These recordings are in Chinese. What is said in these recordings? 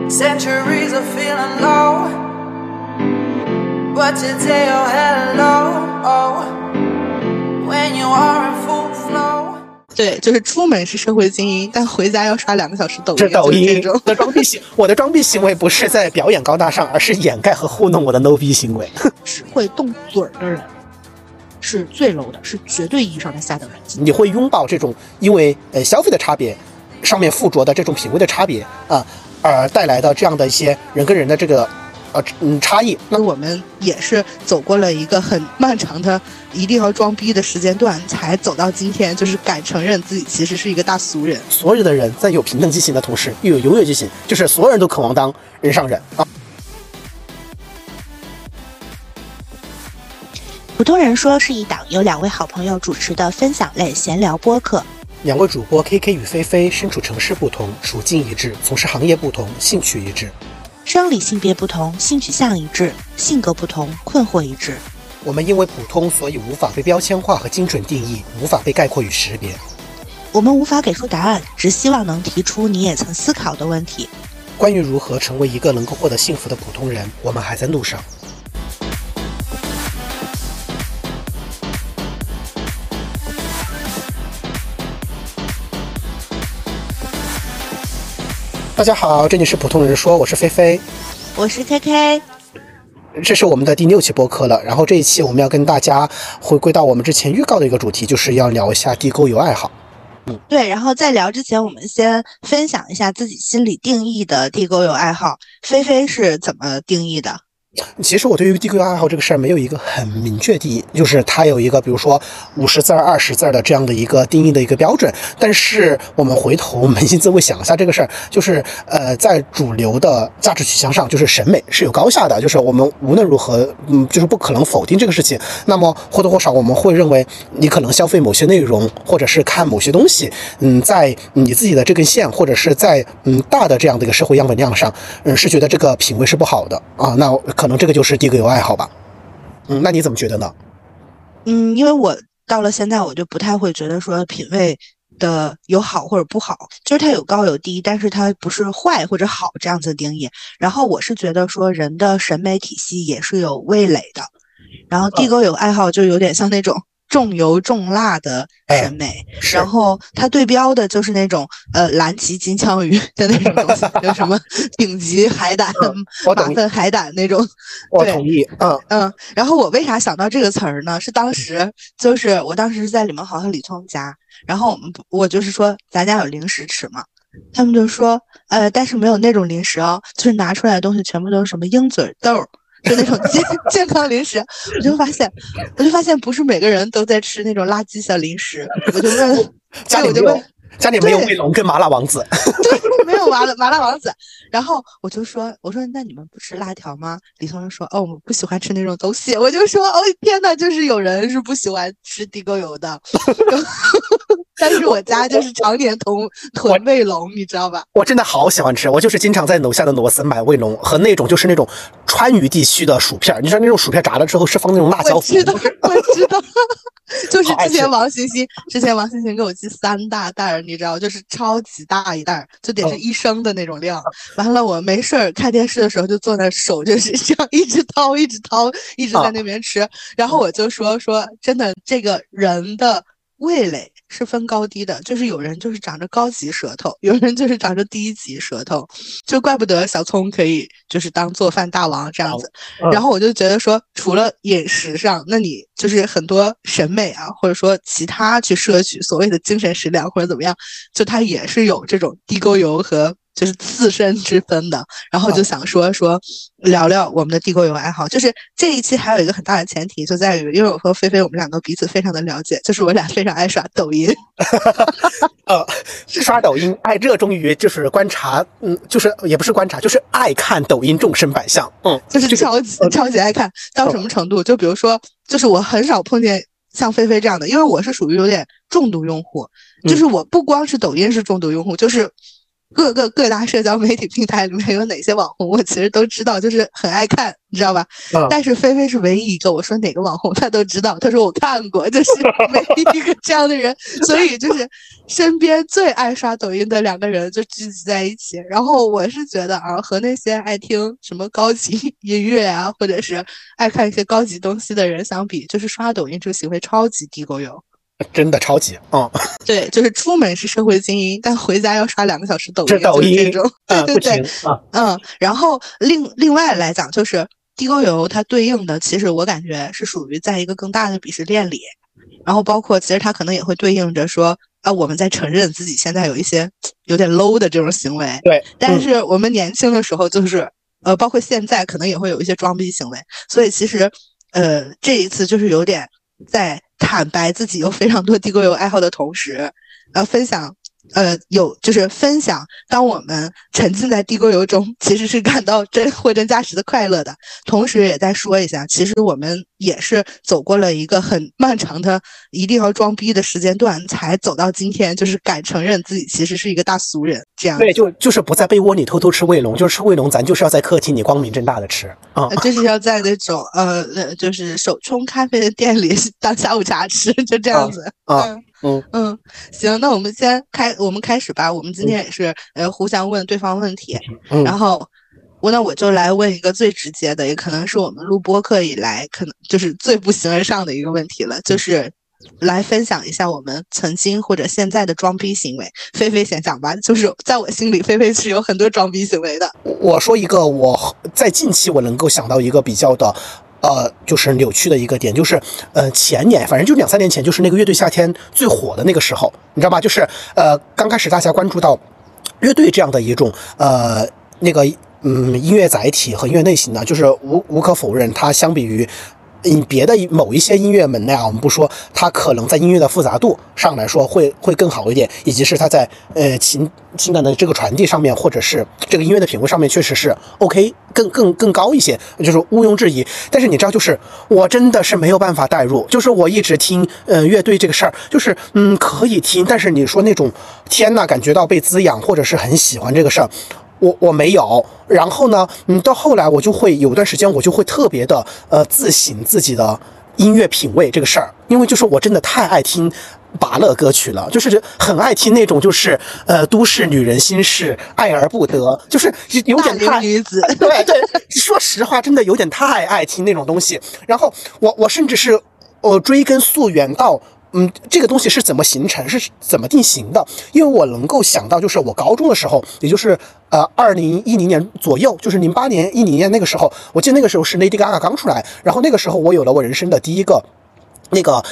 Centuries of feeling low, but today oh hello, oh, when you are in full flow。 对，就是出门是社会精英，但回家要刷2个小时抖音。 这抖音这种的装逼行，我的装逼行为不是在表演高大上，而是掩盖和糊弄我的 no 逼行为。 只会动嘴的人是最 low 的，是绝对意义上的下等人。 你会拥抱这种因为消费的差别，上面附着的这种品味的差别啊，而带来的这样的一些人跟人的这个差异。 那我们也是走过了一个很漫长的一定要装逼的时间段，才走到今天，就是敢承认自己其实是一个大俗人。 所有的人在有平等激情的同时，又有优越激情，就是所有人都渴望当人上人啊。 普通人说是一档由2位好朋友主持的分享类闲聊播客。 2位主播 KK 与菲菲身处城市不同，属境一致，从事行业不同，兴趣一致。 生理性别不同，性取向一致，性格不同，困惑一致。 我们因为普通，所以无法被标签化和精准定义，无法被概括与识别。 我们无法给出答案，只希望能提出你也曾思考的问题。 关于如何成为一个能够获得幸福的普通人，我们还在路上。大家好，这里是普通人说，我是菲菲， 我是 KK。 这是我们的第6期播客了。然后这一期我们要跟大家回归到我们之前预告的一个主题，就是要聊一下地沟油爱好。 对，然后在聊之前，我们先分享一下自己心里定义的地沟油爱好。菲菲是怎么定义的？ 其实我对于地沟油爱好这个事儿没有一个很明确定义，就是它有一个比如说50字20字的这样的一个定义的一个标准。但是我们回头扪心自问想一下这个事儿，就是在主流的价值取向上，就是审美是有高下的，就是我们无论如何就是不可能否定这个事情。那么或多或少我们会认为你可能消费某些内容，或者是看某些东西，在你自己的这根线，或者是在大的这样的一个社会样本量上，是觉得这个品味是不好的啊，那可能这个就是地沟油爱好吧。那你怎么觉得呢？ 因为我到了现在，我就不太会觉得说品味的有好或者不好，就是它有高有低，但是它不是坏或者好这样子的定义。然后我是觉得说人的审美体系也是有味蕾的，然后地沟油爱好就有点像那种重油重辣的审美，然后它对标的就是那种蓝鳍金枪鱼的那种东西，有什么顶级海胆、马粪海胆那种。 我同意。 然后我为啥想到这个词儿呢？是当时我当时是在李梦豪和李聪家，然后我就是说咱家有零食吃嘛，他们就说但是没有那种零食哦，就是拿出来的东西全部都是什么鹰嘴豆。就那种健康零食，我就发现不是每个人都在吃那种垃圾小零食。我就问， 家里没有卫龙跟麻辣王子， 对，没有麻辣王子。然后我说那你们不吃辣条吗？李松说我们不喜欢吃那种东西。我就说天哪，就是有人是不喜欢吃地沟油的。但是我家就是常年囤卫龙，你知道吧？ 我真的好喜欢吃，我就是经常在楼下的罗森买卫龙和那种就是那种川渝地区的薯片，你知道那种薯片炸了之后是放那种辣椒粉。 我知道。就是之前王欣欣给我寄3大袋，你知道，就是超级大一袋，就得是1升的那种量。完了，我没事看电视的时候就坐那手就是这样一直掏，一直在那边吃。然后我就说真的，这个人的味蕾是分高低的，就是有人就是长着高级舌头，有人就是长着低级舌头，就怪不得小聪可以就是当做饭大王这样子。然后我就觉得说，除了饮食上，那你就是很多审美啊，或者说其他去摄取所谓的精神食粮或者怎么样，就它也是有这种地沟油和就是自身之分的。然后就想说聊聊我们的地沟油爱好。就是这一期还有一个很大的前提就在于，因为我和菲菲我们两个彼此非常的了解，就是我俩非常爱刷抖音。 刷抖音爱热衷于就是观察，就是也不是观察，就是爱看抖音众生百相。 就是超级爱看到什么程度，就比如说就是我很少碰见像菲菲这样的，因为我是属于有点重度用户，就是我不光是抖音是重度用户，就是各大社交媒体平台里面有哪些网红，我其实都知道，就是很爱看，你知道吧？但是菲菲是唯一一个我说哪个网红他都知道，他说我看过，就是唯一一个这样的人，所以就是身边最爱刷抖音的2个人就聚集在一起。然后我是觉得啊，和那些爱听什么高级音乐啊，或者是爱看一些高级东西的人相比，就是刷抖音这个行为超级地沟油。 真的超级对，就是出门是社会精英，但回家要刷2个小时抖音， 这抖音就是这种，对对对， 啊， 然后另外来讲，就是地沟油它对应的，其实我感觉是属于在一个更大的鄙视链里，然后包括其实它可能也会对应着说啊，我们在承认自己现在有一些有点 low 的这种行为， 对， 但是我们年轻的时候就是包括现在可能也会有一些装逼行为，所以其实这一次就是有点在坦白自己有非常多地沟油爱好的同时，分享就是分享，当我们沉浸在地沟油中，其实是感到货真价实的快乐的。同时也在说一下，其实我们也是走过了一个很漫长的一定要装逼的时间段，才走到今天，就是敢承认自己其实是一个大俗人。这样对，就是不在被窝里偷偷吃卫龙，就是吃卫龙，咱就是要在客厅里光明正大的吃啊， 就是要在那种就是手冲咖啡的店里当下午茶吃，就这样子行，那我们开始吧。我们今天也是互相问对方问题，然后我就来问一个最直接的，也可能是我们录播客以来可能就是最不形而上的一个问题了，就是来分享一下我们曾经或者现在的装逼行为。菲菲先讲吧，就是在我心里，菲菲是有很多装逼行为的。 我说一个，我在近期我能够想到一个比较的。就是扭曲的一个点，就是前年，反正就2-3年前，就是那个乐队夏天最火的那个时候，你知道吧？就是刚开始大家关注到乐队这样的一种那个音乐载体和音乐类型呢，就是无可否认，它相比于别的某一些音乐门类啊，我们不说，它可能在音乐的复杂度上来说会更好一点，以及是它在情感的这个传递上面，或者是这个音乐的品味上面，确实是 OK 更高一些，就是毋庸置疑。但是你知道，就是我真的是没有办法代入，就是我一直听乐队这个事儿，就是可以听，但是你说那种天呐，感觉到被滋养或者是很喜欢这个事儿。我没有，然后呢，到后来我就会有段时间，我就会特别的自省自己的音乐品味这个事儿，因为就是我真的太爱听芭乐歌曲了，就是很爱听那种就是都市女人心事，爱而不得，就是有点太女子， 对，说实话，真的有点太爱听那种东西。然后我甚至是追根溯源到。这个东西是怎么形成，是怎么定型的？因为我能够想到，就是我高中的时候，也就是2010年左右，就是08年、10年那个时候，我记得那个时候是 Lady Gaga 刚出来，然后那个时候我有了我人生的第一个那个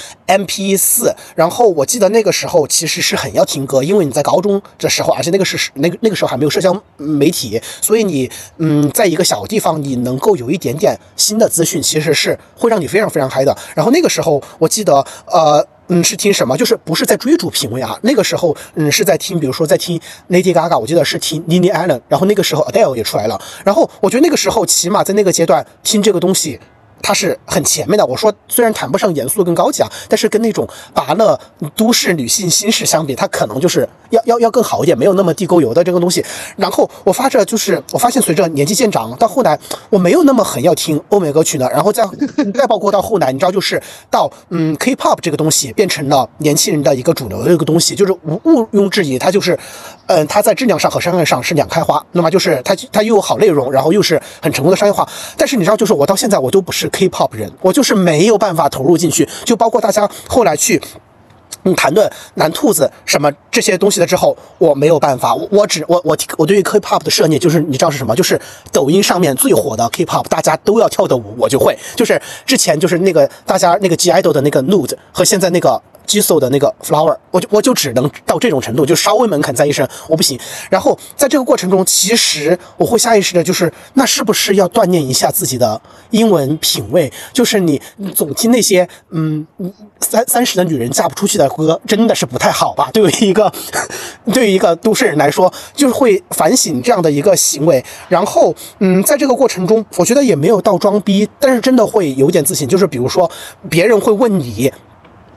MP4，然后我记得那个时候其实是很要听歌，因为你在高中的时候，而且那个时候还没有社交媒体，所以你在一个小地方你能够有一点点新的资讯，其实是会让你非常非常嗨的。然后那个时候我记得是听什么？就是不是在追逐品味啊？那个时候是在听，比如说在听 Lady Gaga， 我记得是听 Lily Allen， 然后那个时候 Adele 也出来了，然后我觉得那个时候起码在那个阶段听这个东西。它是很前面的，我说虽然谈不上严肃跟高级啊，但是跟那种芭乐都市女性心事相比，它可能就是要更好一点，没有那么地沟油的这个东西。然后我发现随着年纪渐长，到后来我没有那么很要听欧美歌曲呢，然后再包括到后来，你知道就是到K-pop 这个东西变成了年轻人的一个主流的一个东西，就是毋庸置疑，它就是它在质量上和商业上是两开花，那么就是它又有好内容，然后又是很成功的商业化。但是你知道，就是我到现在我都不是K-pop 人，我就是没有办法投入进去，就包括大家后来去谈论蓝兔子什么这些东西了之后，我没有办法，我对于 K-pop 的涉猎就是你知道是什么？就是抖音上面最火的 K-pop， 大家都要跳的舞，我就会，就是之前就是那个大家那个 G-idol 的那个 Nude 和现在那个Jisoo 的那个 Flower， 我就只能到这种程度，就稍微门槛在一声，我不行。然后在这个过程中，其实我会下意识的就是，那是不是要锻炼一下自己的英文品味？就是你总听那些30的女人嫁不出去的歌，真的是不太好吧？对于一个都市人来说，就是会反省这样的一个行为。然后在这个过程中，我觉得也没有到装逼，但是真的会有点自信，就是比如说别人会问你。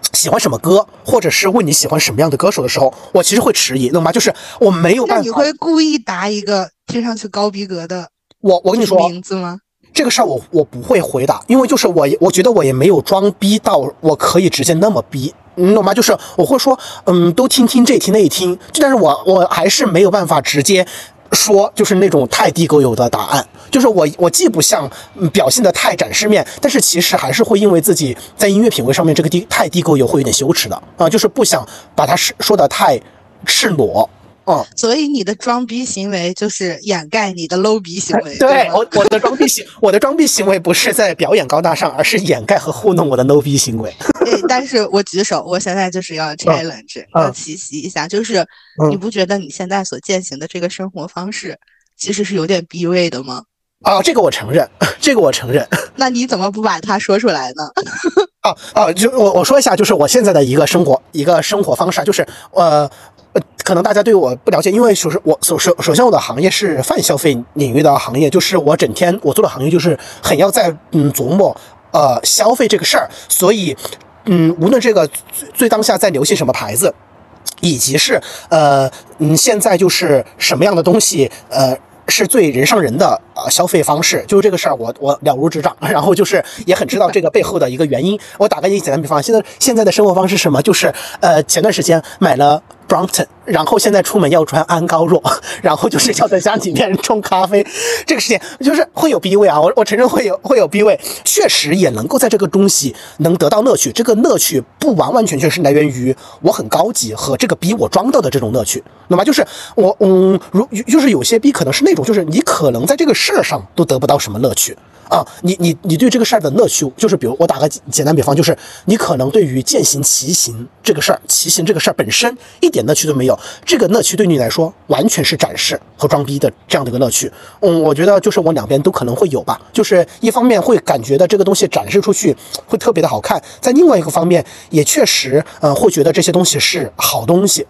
喜欢什么歌，或者是问你喜欢什么样的歌手的时候，我其实会迟疑，懂吗？就是我没有办法。 那你会故意答一个听上去高逼格的我跟你说名字吗？ 这个事儿我不会回答，因为就是我觉得我也没有装逼到我可以直接那么逼，你懂吗？就是我会说都听听这听那一听，但是我还是没有办法直接说就是那种太地沟油的答案，就是我既不像表现的太展示面，但是其实还是会因为自己在音乐品味上面这个太地沟油会有点羞耻的啊，就是不想把它说的太赤裸。 所以你的装逼行为就是掩盖你的 low 逼行为。 对，我的装逼行为不是在表演高大上，而是掩盖和糊弄我的 low 逼行为。 但是我举手，我现在就是要 challenge，要奇袭一下，就是你不觉得你现在所践行的这个生活方式其实是有点逼位的吗？ 这个我承认，这个我承认。 那你怎么不把它说出来呢？ 就我说一下，就是我现在的一个生活方式，就是可能大家对我不了解，因为首先我的行业是泛消费领域的行业，就是我整天我做的行业就是很要在琢磨消费这个事儿，所以无论这个最当下在流行什么牌子，以及是现在就是什么样的东西是最人上人的消费方式，就是这个事儿我了如指掌，然后就是也很知道这个背后的一个原因。我打个简单比方，现在的生活方式是什么？就是前段时间买了 Brompton， 然后现在出门要穿安高若，然后就是要在家里面冲咖啡，这个事情就是会有逼位啊，我承认会有逼位，确实也能够在这个东西能得到乐趣，这个乐趣不完完全全是来源于我很高级和这个逼我装到的这种乐趣，那么就是就是有些逼可能是那种，就是你可能在这个事儿上都得不到什么乐趣。你对这个事儿的乐趣，就是比如我打个简单比方，就是你可能对于践行骑行这个事儿，骑行这个事儿本身一点乐趣都没有，这个乐趣对你来说完全是展示和装逼的这样的一个乐趣。我觉得就是我两边都可能会有吧，就是一方面会感觉到这个东西展示出去会特别的好看，在另外一个方面也确实会觉得这些东西是好东西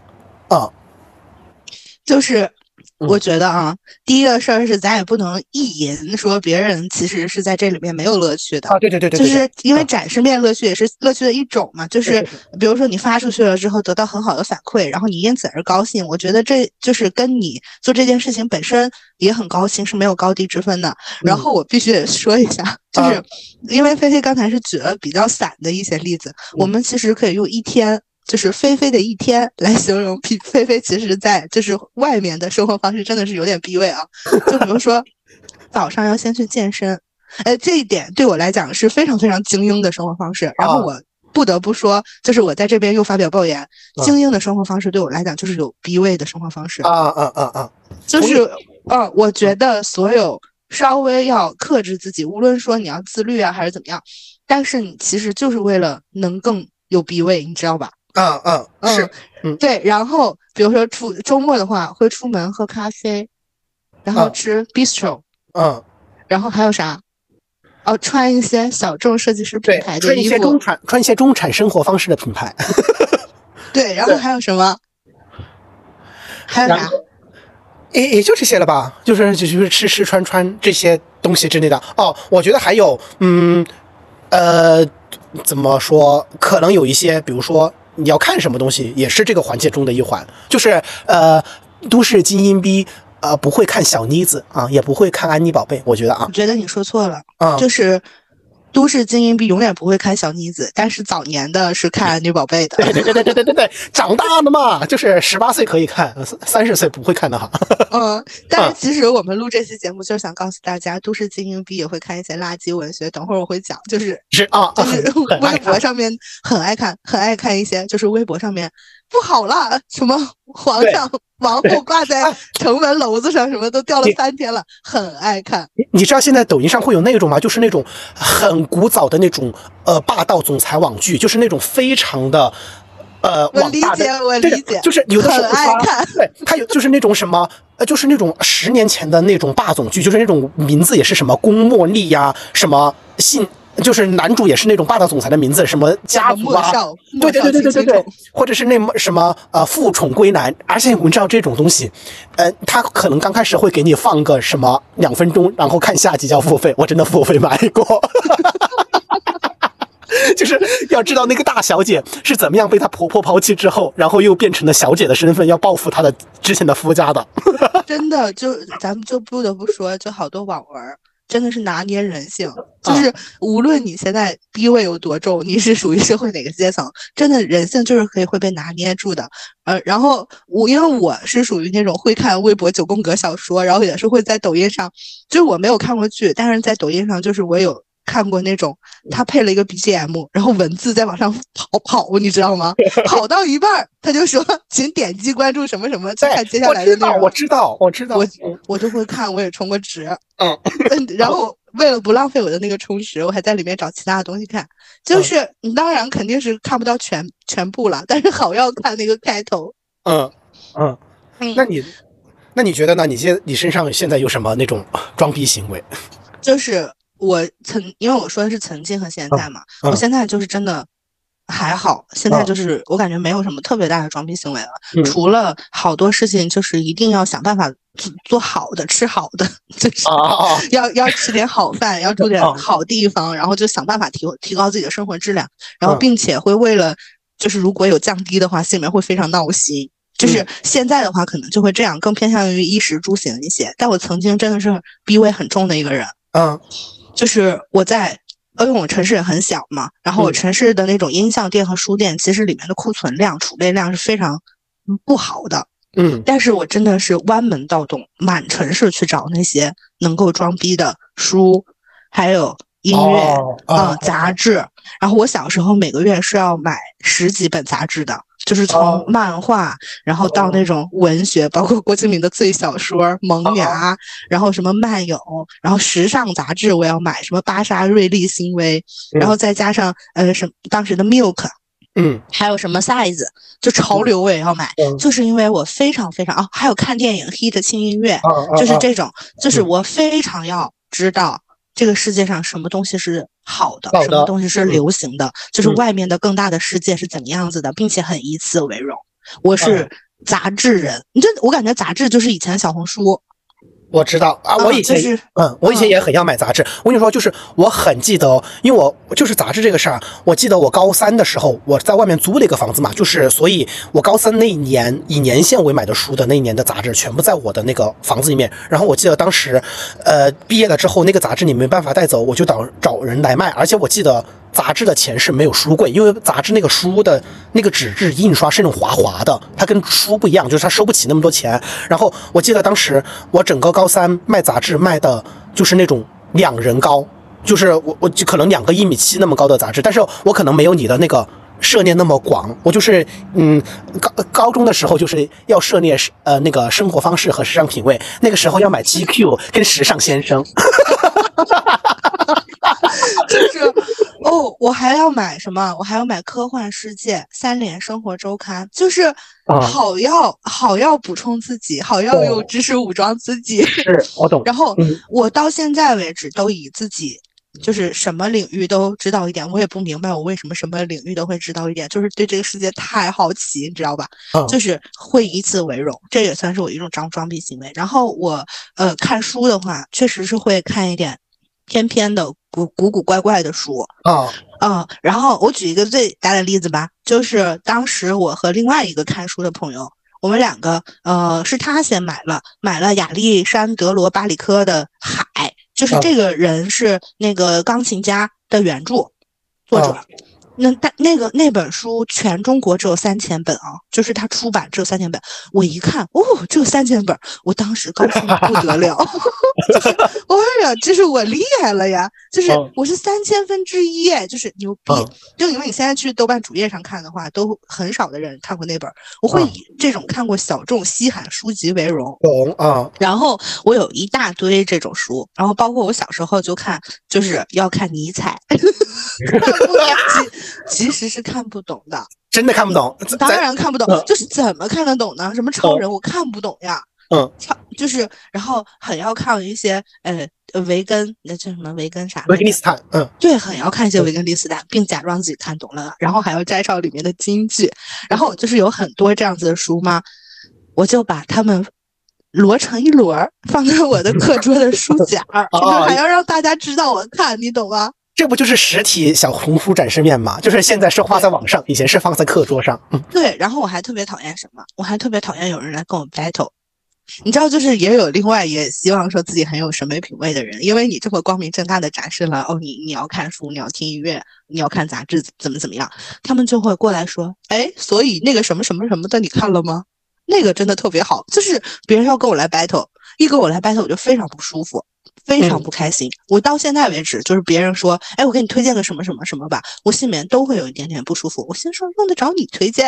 就是我觉得第一个事儿是咱也不能意淫说别人其实是在这里面没有乐趣的对， 就是因为展示面乐趣也是乐趣的一种嘛，就是比如说你发出去了之后得到很好的反馈，然后你因此而高兴，我觉得这就是跟你做这件事情本身也很高兴是没有高低之分的。然后我必须得说一下，就是因为菲菲刚才是举了比较散的一些例子，我们其实可以用一天，就是菲菲的一天来形容菲菲其实在就是外面的生活方式真的是有点逼位啊。就比如说早上要先去健身，这一点对我来讲是非常非常精英的生活方式。然后我不得不说，就是我在这边又发表抱言，精英的生活方式对我来讲就是有逼位的生活方式就是我觉得所有稍微要克制自己，无论说你要自律啊还是怎么样，但是你其实就是为了能更有逼位，你知道吧？ 是对。然后比如说周末的话会出门喝咖啡，然后吃 bistro，然后还有啥？穿一些小众设计师品牌的衣服， 穿一些中产生活方式的品牌。 对，然后还有什么？还有啥？ 也就这些了吧，就是吃穿这些东西之类的。我觉得还有怎么说？可能有一些，比如说你要看什么东西，也是这个环节中的一环。就是都市精英逼不会看小妮子也不会看安妮宝贝。我觉得我觉得你说错了就是都市精英逼永远不会看小妮子，但是早年的是看安妮宝贝的。 对，长大了嘛，就是18岁可以看，30岁不会看的哈。 但是其实我们录这期节目就是想告诉大家，都市精英逼也会看一些垃圾文学，等会儿我会讲，就是微博上面很爱看一些，就是微博上面不好了，什么皇上王后挂在城门楼子上，什么都掉了3天了，很爱看。 你知道现在抖音上会有那种吗？就是那种很古早的那种霸道总裁网剧，就是那种非常的我理解， 就是有的时候很爱看。 对，他有就是那种什么就是那种10年前的那种霸总剧，就是那种名字也是什么宫茉莉呀，什么信。就是男主也是那种霸道总裁的名字，什么家族啊，对，或者是那什么复宠归来，而且你知道这种东西，他可能刚开始会给你放个什么2分钟，然后看下集叫付费，我真的付费买过。 就是要知道那个大小姐是怎么样被她婆婆抛弃之后，然后又变成了小姐的身份，要报复她的之前的夫家的。 真的，就咱们就不得不说，就好多网文真的是拿捏人性，就是无论你现在地位有多重，你是属于社会哪个阶层，真的人性就是会被拿捏住的。然后因为我是属于那种会看微博9宫格小说，然后也是会在抖音上，就是我没有看过剧，但是在抖音上就是我有看过那种他配了一个 BGM， 然后文字在往上跑，你知道吗？跑到一半他就说请点击关注什么什么去看接下来的内容。 我知道我就会看，我也充过值。然后为了不浪费我的那个充值，我还在里面找其他的东西看。就是你当然肯定是看不到全部了，但是好要看那个开头。 那你觉得呢？你身上现在有什么那种装逼行为？ 就是因为我说的是曾经和现在嘛，我现在就是真的还好，现在就是我感觉没有什么特别大的装逼行为了，除了好多事情就是一定要想办法做好的，吃好的，就是要吃点好饭，要住点好地方，然后就想办法提高自己的生活质量，然后并且会为了就是如果有降低的话，心里面会非常闹心。就是现在的话，可能就会这样，更偏向于衣食住行一些。但我曾经真的是逼味很重的一个人。就是因为我城市也很小嘛，然后我城市的那种音像店和书店，其实里面的库存量、储备量是非常不好的。但是我真的是弯门盗洞，满城市去找那些能够装逼的书，还有音乐杂志。然后我小时候每个月是要买10几本杂志的，就是从漫画，然后到那种文学，包括郭敬明的最小说、萌芽，然后什么漫友，然后时尚杂志我要买，什么芭莎、瑞丽、新薇，然后再加上当时的 Milk。还有什么 size， 就潮流我也要买，就是因为我非常非常还有看电影 hit 轻音乐，就是这种，就是我非常要知道这个世界上什么东西是好的，什么东西是流行的，就是外面的更大的世界是怎么样子的，并且很以此为荣。我是杂志人，我感觉杂志就是以前小红书。 我知道啊，我以前也很要买杂志。我跟你说，就是我很记得，因为我就是杂志这个事儿，我记得我高3的时候，我在外面租了一个房子嘛，就是所以我高3那一年以年限为买的书的那一年的杂志，全部在我的那个房子里面。然后我记得当时，毕业了之后，那个杂志你没办法带走，我就找人来卖。而且我记得杂志的钱是没有书贵，因为杂志那个书的那个纸质印刷是那种滑滑的，它跟书不一样，就是它收不起那么多钱。然后我记得当时我整个高3卖杂志卖的就是那种2人高，就是我就可能2个1.7米那么高的杂志，但是我可能没有你的那个涉猎那么广，我就是高中的时候就是要涉猎那个生活方式和时尚品味，那个时候要买 GQ 跟时尚先生。 就是我还要买什么？我还要买科幻世界、3联生活周刊，就是好要补充自己，好要有知识武装自己。 是，我懂。 然后我到现在为止都以自己就是什么领域都知道一点，我也不明白我为什么什么领域都会知道一点，就是对这个世界太好奇，你知道吧？就是会以此为荣，这也算是我一种装逼行为。然后我看书的话，确实是会看一点偏的古怪的书然后我举一个最大的例子吧，就是当时我和另外一个看书的朋友，我们2个是他先买了亚历山德罗巴里科的海，就是这个人是那个钢琴家的原著作者。那本书全中国只有3000本啊，就是它出版只有3000本。我一看，只有3000本，我当时高兴不得了，就是呀，这是我厉害了呀，就是我是3000分之一，就是牛逼。就因为你现在去豆瓣主页上看的话，都很少的人看过那本，我会以这种看过小众稀罕书籍为荣。然后我有一大堆这种书，然后包括我小时候就看，就是要看尼采。其实是看不懂的， 真的看不懂， 当然看不懂，就是怎么看得懂呢？什么超人我看不懂呀，就是然后很要看一些维根，那叫什么维根啥？ 维根尼斯坦， 对，很要看一些维根尼斯坦，并假装自己看懂了，然后还要摘抄里面的金句，然后就是有很多这样子的书嘛，我就把它们摞成一摞放在我的课桌的书架，就是还要让大家知道我看，你懂吗？ 这不就是实体小红书展示面吗？就是现在是画在网上，以前是放在课桌上。 对，然后我还特别讨厌什么？我还特别讨厌有人来跟我 battle。你知道，就是也有另外也希望说自己很有审美品味的人，因为你这么光明正大的展示了，哦，你要看书，你要听音乐，你要看杂志，怎么样，他们就会过来说，哎，所以那个什么什么什么的你看了吗？那个真的特别好，就是别人要跟我来 battle， 一跟我来 battle 我就非常不舒服。非常不开心，我到现在为止，就是别人说，哎，我给你推荐个什么什么什么吧，我心里面都会有一点点不舒服。我心说，用得着你推荐，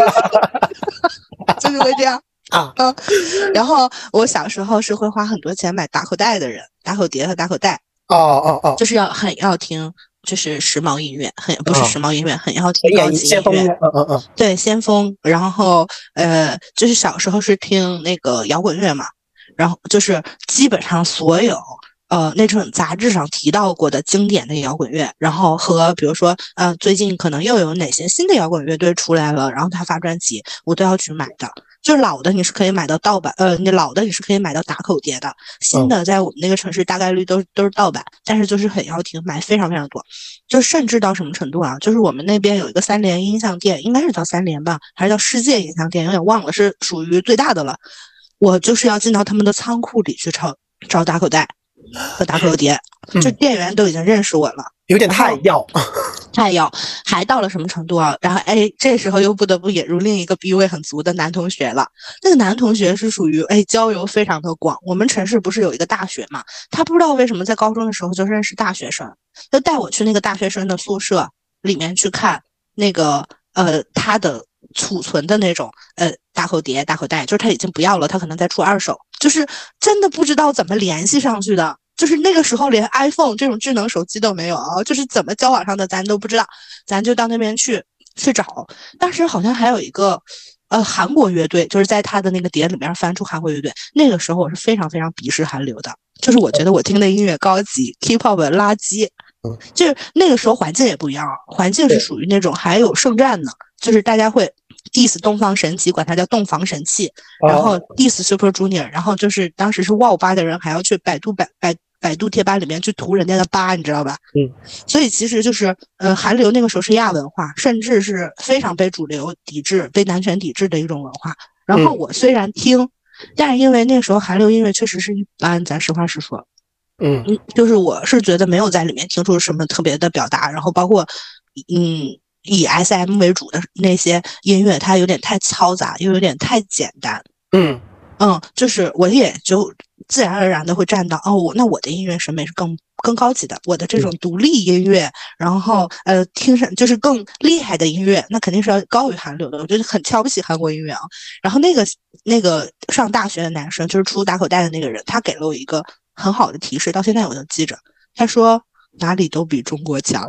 就是会这样啊。 然后我小时候是会花很多钱买打口袋的人，打口碟和打口袋。就是很要听，就是时髦音乐，不是时髦音乐，很要听高级音乐。对，先锋。然后就是小时候是听那个摇滚乐嘛。然后就是基本上所有那种杂志上提到过的经典的摇滚乐，然后和比如说最近可能又有哪些新的摇滚乐队出来了，然后他发专辑，我都要去买的。就是老的你是可以买到盗版，你老的你是可以买到打口碟的，新的在我们那个城市大概率都是盗版，但是就是很要听，买非常非常多。就甚至到什么程度啊？就是我们那边有一个三联音像店，应该是叫三联吧，还是叫世界音像店，有点忘了，是属于最大的了。我就是要进到他们的仓库里去找打口袋和打口碟，就店员都已经认识我了， 有点太要， 还到了什么程度啊？然后这时候又不得不引入另一个逼位很足的男同学了。那个男同学是属于交友非常的广，我们城市不是有一个大学嘛？他不知道为什么在高中的时候就认识大学生，就带我去那个大学生的宿舍里面去看那个他的储存的那种打口碟、打口袋，就是他已经不要了，他可能在出二手，就是真的不知道怎么联系上去的。就是那个时候连 iPhone 这种智能手机都没有啊，就是怎么交往上的咱都不知道，咱就到那边去找。当时好像还有一个韩国乐队，就是在他的那个碟里面翻出韩国乐队。那个时候我是非常非常鄙视韩流的，就是我觉得我听的音乐高级 K-pop 垃圾。就是那个时候环境也不一样，环境是属于那种还有圣战呢，就是大家会 diss 东方神起，管它叫洞房神器，然后 diss Super Junior， 然后就是当时是wow吧的人还要去百度贴吧里面去涂人家的吧，你知道吧？所以其实就是韩流那个时候是亚文化，甚至是非常被主流抵制、被男权抵制的一种文化。然后我虽然听，但是因为那个时候韩流音乐确实是一般，咱实话实说。就是我是觉得没有在里面听出什么特别的表达，然后包括以 SM 为主的那些音乐，它有点太嘈杂，又有点太简单。就是我也就自然而然的会站到那我的音乐审美是更高级的，我的这种独立音乐，然后听上就是更厉害的音乐，那肯定是要高于韩流的。我觉得很瞧不起韩国音乐啊。然后那个上大学的男生，就是出打口袋的那个人，他给了我一个很好的提示，到现在我都记着。他说哪里都比中国强。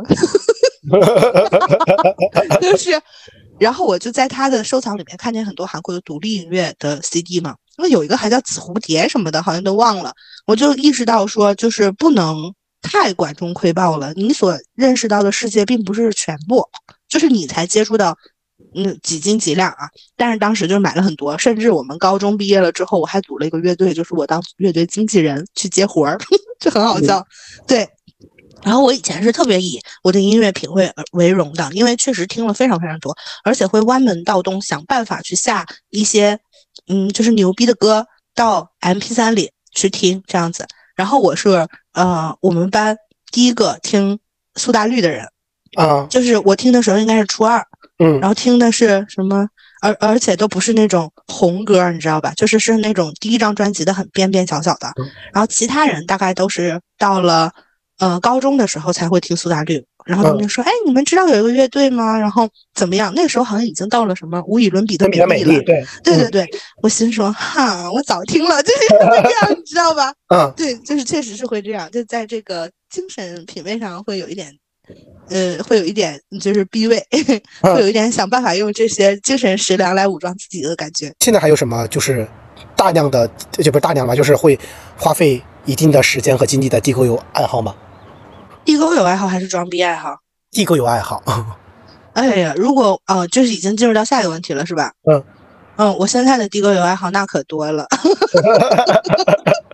就是，然后我就在他的收藏里面看见很多韩国的独立音乐的 CD 嘛，那有一个还叫紫蝴蝶什么的，好像都忘了。我就意识到说，就是不能太管中窥豹了。你所认识到的世界并不是全部，就是你才接触到几斤几两啊。但是当时就买了很多，甚至我们高中毕业了之后，我还组了一个乐队，就是我当乐队经纪人去接活儿，就很好笑。对。然后我以前是特别以我的音乐品味为荣的，因为确实听了非常非常多，而且会弯门盗洞，想办法去下一些就是牛逼的歌到 MP3 里去听这样子。然后我是我们班第一个听苏打绿的人啊，就是我听的时候应该是初二，然后听的是什么，而且都不是那种红歌，你知道吧？就是那种第一张专辑的很边边角角的。然后其他人大概都是到了高中的时候才会听苏打绿，然后他们就说你们知道有一个乐队吗？然后怎么样？那个时候好像已经到了什么无与伦比的美丽了。对，我心说我早听了，就是会这样，你知道吧？对，就是确实是会这样，就在这个精神品味上会有一点就是逼位，会有一点想办法用这些精神食粮来武装自己的感觉。 现在还有什么就是大量的，就不是大量吧，就是会花费一定的时间和精力的地沟油爱好吗？ 地沟油爱好还是装逼爱好？ 地沟油爱好。 哎呀，如果就是已经进入到下一个问题了，是吧？我现在的地沟油爱好那可多了。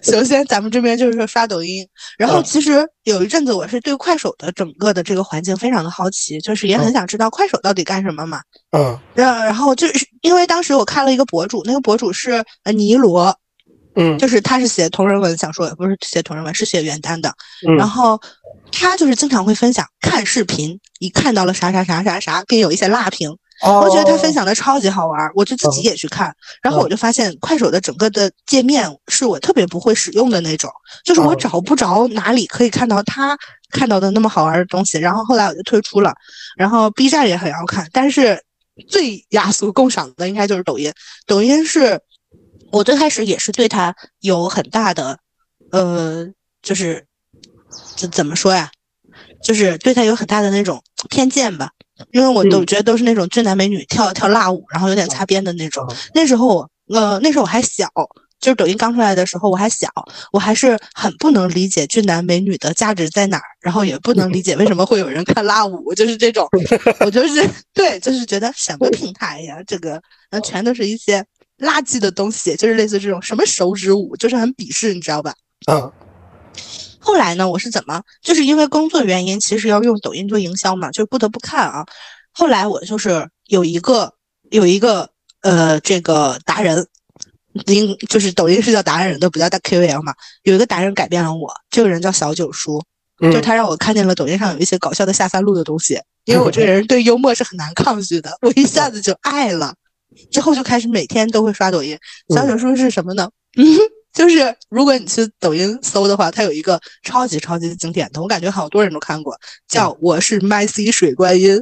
首先咱们这边就是说刷抖音，然后其实有一阵子我是对快手的整个的这个环境非常的好奇，就是也很想知道快手到底干什么嘛。然后就是因为当时我看了一个博主，那个博主是尼罗，就是他是写同人文小说，也不是写同人文，是写原单的。然后他就是经常会分享看视频，一看到了啥啥啥啥啥，并有一些辣评。我觉得他分享的超级好玩，我就自己也去看，然后我就发现快手的整个的界面是我特别不会使用的那种，就是我找不着哪里可以看到他看到的那么好玩的东西，然后后来我就退出了。然后 B 站也很要看，但是最雅俗共赏的应该就是抖音。抖音是我最开始也是对它有很大的就是怎么说呀，就是对它有很大的那种偏见吧，因为我都觉得都是那种俊男美女跳辣舞，然后有点擦边的那种。那时候我还小，就是抖音刚出来的时候我还小，我还是很不能理解俊男美女的价值在哪儿，然后也不能理解为什么会有人看辣舞，就是这种，我就是对，就是觉得什么平台呀，这个全都是一些垃圾的东西，就是类似这种什么手指舞，就是很鄙视，你知道吧？后来呢，我是怎么，就是因为工作原因，其实要用抖音做营销嘛，就不得不看啊。后来我就是有一个这个达人，就是抖音是叫达人的，不叫大 KOL 嘛。有一个达人改变了我，这个人叫小九叔，就是他让我看见了抖音上有一些搞笑的下三路的东西，因为我这个人对幽默是很难抗拒的，我一下子就爱了。之后就开始每天都会刷抖音。小九叔是什么呢？就是如果你去抖音搜的话，它有一个超级超级经典的，我感觉好多人都看过，叫我是 MyC 水观音。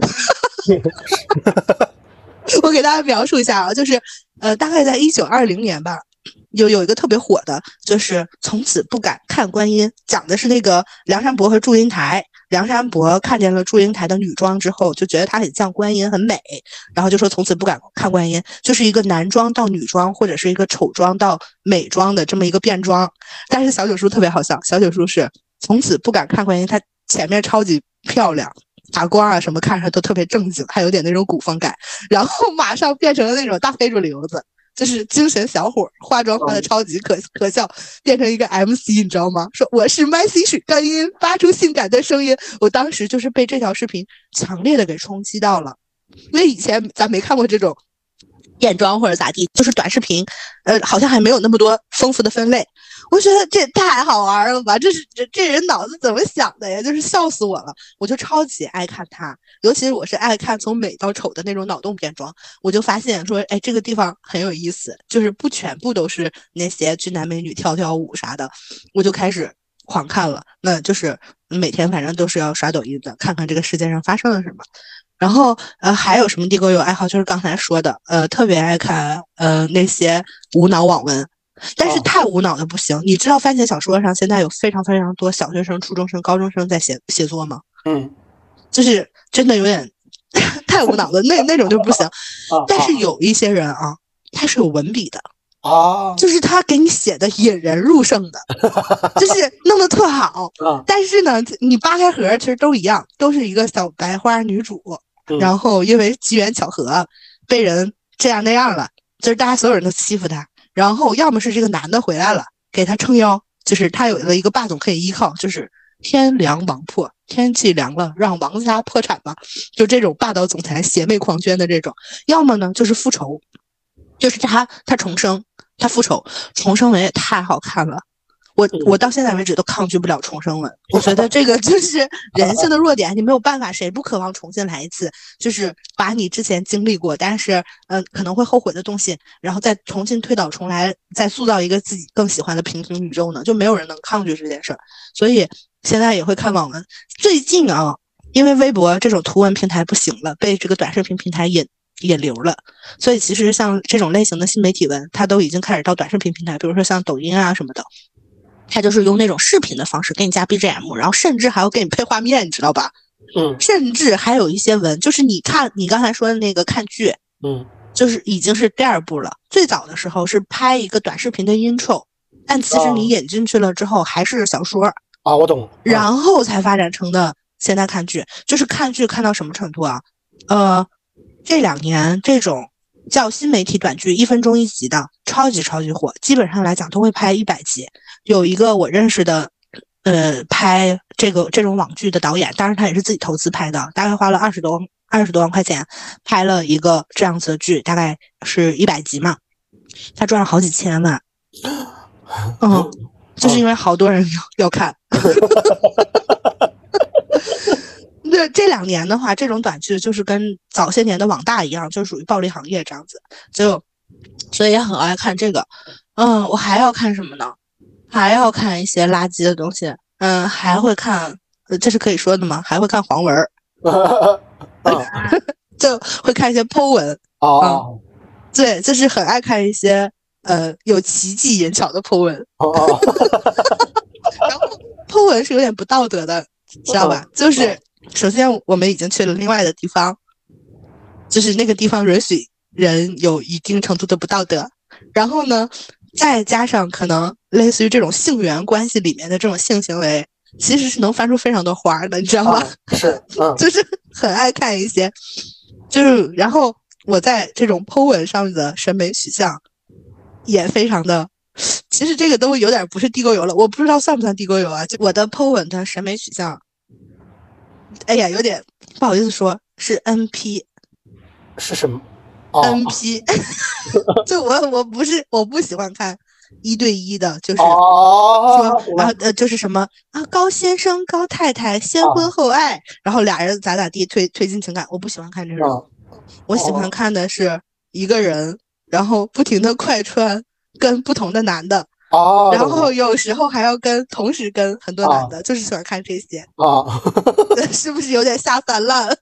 我给大家描述一下啊，就是大概在1920年吧，有一个特别火的，就是从此不敢看观音，讲的是那个梁山伯和祝英台。梁山伯看见了祝英台的女装之后，就觉得她很像观音，很美，然后就说从此不敢看观音，就是一个男装到女装，或者是一个丑装到美装的这么一个变装。但是小九叔特别好笑，小九叔是从此不敢看观音，他前面超级漂亮，打光啊什么看着都特别正经，还有点那种古风感，然后马上变成了那种大非主流子，就是精神小伙，化妆化的超级可笑，变成一个 MC， 你知道吗？说我是 MyC 水观音，发出性感的声音。我当时就是被这条视频强烈的给冲击到了，因为以前咱没看过这种变装或者咋地，就是短视频，好像还没有那么多丰富的分类。我觉得这太好玩了吧！这人脑子怎么想的呀？就是笑死我了！我就超级爱看他，尤其是我是爱看从美到丑的那种脑洞变装。我就发现说，哎，这个地方很有意思，就是不全部都是那些俊男美女跳舞啥的，我就开始狂看了。那就是每天反正都是要刷抖音的，看看这个世界上发生了什么。然后还有什么地沟油爱好，就是刚才说的，特别爱看那些无脑网文。但是太无脑的不行，你知道番茄小说上现在有非常非常多小学生、初中生、高中生在写作吗？就是真的有点太无脑的那种就不行。但是有一些人啊，他是有文笔的就是他给你写的引人入胜的，就是弄得特好。但是呢，你扒开盒其实都一样，都是一个小白花女主，然后因为机缘巧合被人这样那样了，就是大家所有人都欺负他。然后要么是这个男的回来了给他撑腰，就是他有了一个霸总可以依靠，就是天凉王破，天气凉了让王家破产吧，就这种霸道总裁邪魅狂狷的这种。要么呢就是复仇，就是他重生，他复仇，重生文也太好看了。我到现在为止都抗拒不了重生文，我觉得这个就是人性的弱点，你没有办法，谁不渴望重新来一次？就是把你之前经历过，但是可能会后悔的东西，然后再重新推倒重来，再塑造一个自己更喜欢的平行宇宙呢，就没有人能抗拒这件事儿。所以现在也会看网文。最近啊，因为微博这种图文平台不行了，被这个短视频平台引流了，所以其实像这种类型的新媒体文，它都已经开始到短视频平台，比如说像抖音啊什么的。他就是用那种视频的方式给你加 BGM， 然后甚至还要给你配画面，你知道吧？甚至还有一些文，就是你看你刚才说的那个看剧，就是已经是第二部了。最早的时候是拍一个短视频的 intro， 但其实你引进去了之后还是小说我懂。 然后才发展成的现在看剧，就是看剧看到什么程度啊？这2年这种叫新媒体短剧，1分钟1集的，超级超级火，基本上来讲都会拍100集。有一个我认识的拍这种网剧的导演，当然他也是自己投资拍的，大概花了20多万块钱拍了一个这样子的剧，大概是100集嘛，他赚了好几千万。就是因为好多人要看。这2年的话，这种短剧就是跟早些年的网大一样，就属于暴利行业这样子，所以也很爱看这个。我还要看什么呢？还要看一些垃圾的东西。还会看，这是可以说的吗？还会看黄文就会看一些 po 文。对，就是很爱看一些有奇技淫巧的 po 文。然后 po 文是有点不道德的，知道吧？就是首先我们已经去了另外的地方，就是那个地方允许人有一定程度的不道德，然后呢再加上可能类似于这种性缘关系里面的这种性行为，其实是能翻出非常多花的，你知道吗？ 是， 就是很爱看一些，就是然后我在这种 po 文上面的审美取向也非常的，其实这个都有点不是地沟油了，我不知道算不算地沟油啊？就我的 po 文的审美取向，哎呀，有点不好意思说，是 NP。 是什么 ？NP。就我不喜欢看1对1的，就是说就是什么高先生高太太先婚后爱，然后俩人咋地推进情感，我不喜欢看这种。我喜欢看的是一个人，然后不停的快穿跟不同的男的。然后有时候还要同时跟很多男的，就是喜欢看这些。是不是有点下三滥？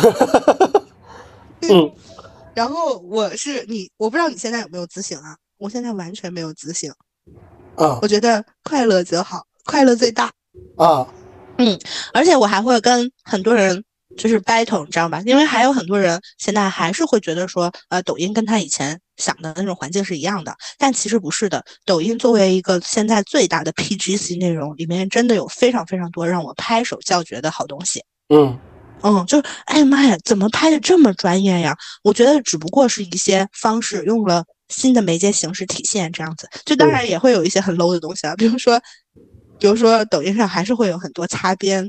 然后我不知道你现在有没有自省啊？我现在完全没有自省。我觉得快乐就好，快乐最大。而且我还会跟很多人就是 battle， 你知道吧？因为还有很多人现在还是会觉得说，抖音跟他以前想的那种环境是一样的，但其实不是的。抖音作为一个现在最大的 PGC 内容，里面真的有非常非常多让我拍手叫绝的好东西。就是哎呀妈呀，怎么拍的这么专业呀？我觉得只不过是一些方式用了新的媒介形式体现这样子，就当然也会有一些很 low 的东西啊，比如说抖音上还是会有很多擦边，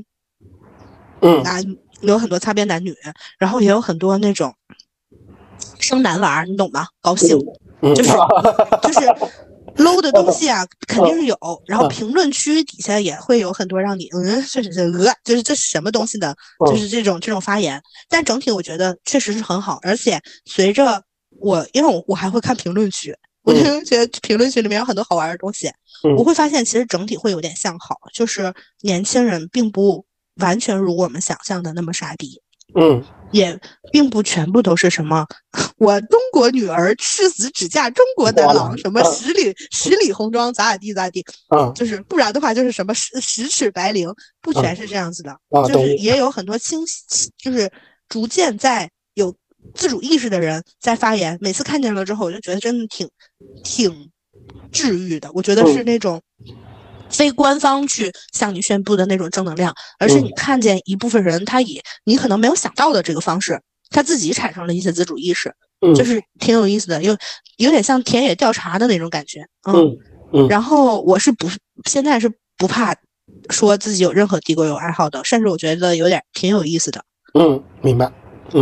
有很多擦边男女，然后也有很多那种生男娃，你懂吗？高兴，就是 low 的东西啊，肯定是有。然后评论区底下也会有很多让你就是这是什么东西的，就是这种发言。但整体我觉得确实是很好，而且随着因为我还会看评论区，我就觉得评论区里面有很多好玩的东西。我会发现其实整体会有点向好，就是年轻人并不完全如我们想象的那么傻逼。也并不全部都是什么我中国女儿誓死只嫁中国男郎，什么十里红妆咋地，就是不然的话就是什么十尺白绫，不全是这样子的。就是也有很多就是逐渐在有自主意识的人在发言，每次看见了之后我就觉得真的挺治愈的。我觉得是那种非官方去向你宣布的那种正能量，而是你看见一部分人他以你可能没有想到的这个方式，他自己产生了一些自主意识，就是挺有意思的，有点像田野调查的那种感觉。然后我现在是不怕说自己有任何地沟油爱好的，甚至我觉得挺有意思的。 明白。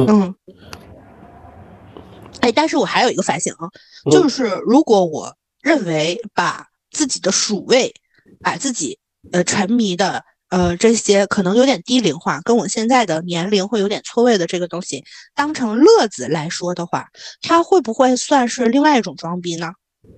但是我还有一个反省啊，就是如果我认为把自己的属味，把自己沉迷的这些可能有点低龄化，跟我现在的年龄会有点错位的这个东西当成乐子来说的话，它会不会算是另外一种装逼呢？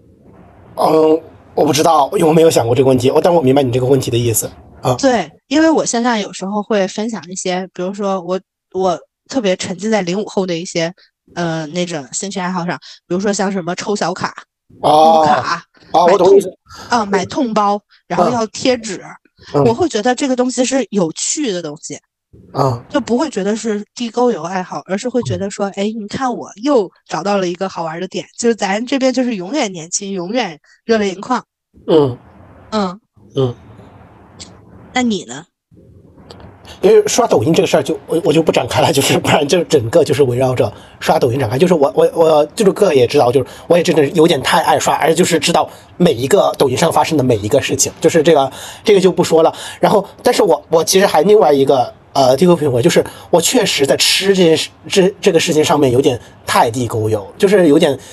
我不知道，因为我没有想过这个问题，但我明白你这个问题的意思。 对，因为我现在有时候会分享一些，比如说我特别沉浸在05后的一些那种兴趣爱好上，比如说像什么抽小卡、卡、买痛包，然后要贴纸，我会觉得这个东西是有趣的东西，就不会觉得是地沟油爱好，而是会觉得说，哎，你看我又找到了一个好玩的点，就是咱这边就是永远年轻，永远热泪盈眶。 嗯， 那你呢？ 因为刷抖音这个事儿我就不展开了，就是不然就整个就是围绕着刷抖音展开。就是我就是哥也知道，就是我也真的有点太爱刷，而且就是知道每一个抖音上发生的每一个事情，就是这个就不说了。然后，但是我其实还另外一个低沟品味，就是我确实在吃这个事情上面有点太地沟油，就是有点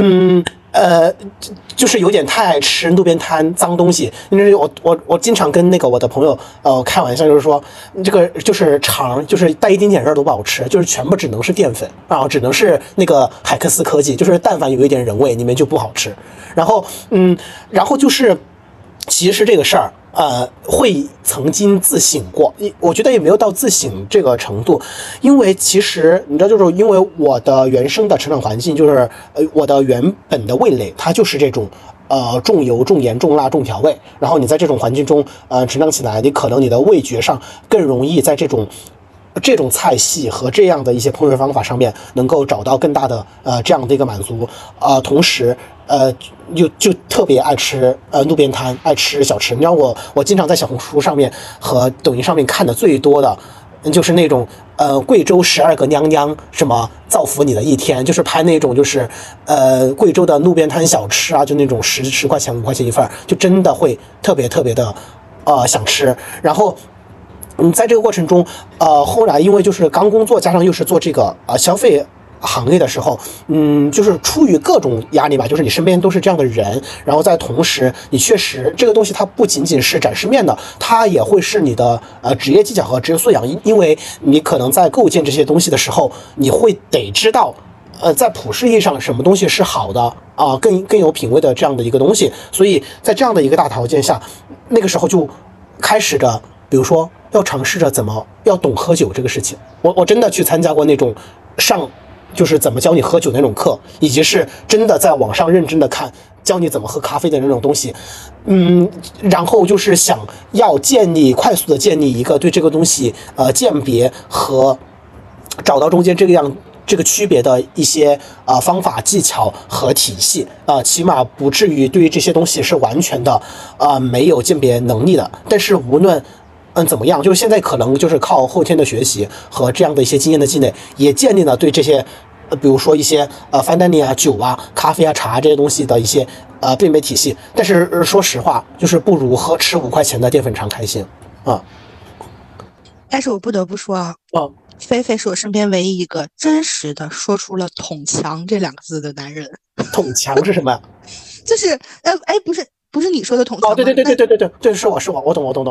就是有点太爱吃路边摊脏东西。因为我经常跟那个我的朋友开玩笑，就是说这个就是肠就是带一丁点肉都不好吃，就是全部只能是淀粉啊，只能是那个海克斯科技，就是但凡有一点人味，里面就不好吃。然后就是其实这个事儿。会曾经自省过，我觉得也没有到自省这个程度，因为其实你知道，就是因为我的原生的成长环境，就是我的原本的味蕾，它就是这种重油、重盐、重辣、重调味，然后你在这种环境中成长起来，你可能你的味觉上更容易在这种菜系和这样的一些烹饪方法上面能够找到更大的这样的一个满足，同时就特别爱吃路边摊，爱吃小吃。你知道我经常在小红书上面和抖音上面看的最多的就是那种贵州12个娘娘什么造福你的一天，就是拍那种就是贵州的路边摊小吃啊，就那种10块钱5块钱一份，就真的会特别特别的想吃。然后在这个过程中后来因为就是刚工作加上又是做这个消费行业的时候，就是出于各种压力吧，就是你身边都是这样的人，然后在同时，你确实这个东西它不仅仅是展示面的，它也会是你的职业技巧和职业素养，因为你可能在构建这些东西的时候，你会得知道，在普世意义上什么东西是好的更有品位的这样的一个东西，所以在这样的一个大条件下，那个时候就开始着，比如说要尝试着要懂喝酒这个事情，我真的去参加过那种就是怎么教你喝酒的那种课，以及是真的在网上认真的看教你怎么喝咖啡的那种东西，然后就是想要快速的建立一个对这个东西鉴别和找到中间这个区别的一些方法技巧和体系起码不至于对于这些东西是完全的没有鉴别能力的。但是无论怎么样，就是现在可能就是靠后天的学习和这样的一些经验的积累，也建立了对这些比如说一些fine dining啊、酒啊、咖啡啊、茶这些东西的一些辨别体系。但是说实话，就是不如吃5块钱的淀粉肠开心啊。 但是我不得不说菲菲是我身边唯一一个真实的说出了“捅墙”这2个字的男人。 捅墙是什么呀？ 就是不是你说的捅墙吗？ 对，是我，我懂。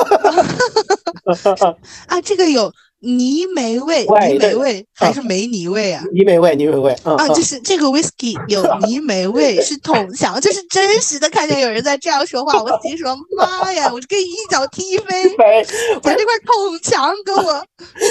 这个有泥煤味，泥煤味还是梅泥味啊？ 泥煤味， 就是这个 whisky 有泥煤味是捅墙，就是真实的看见有人在这样说话，我心说妈呀，我就给你一脚踢飞，把这块捅墙给我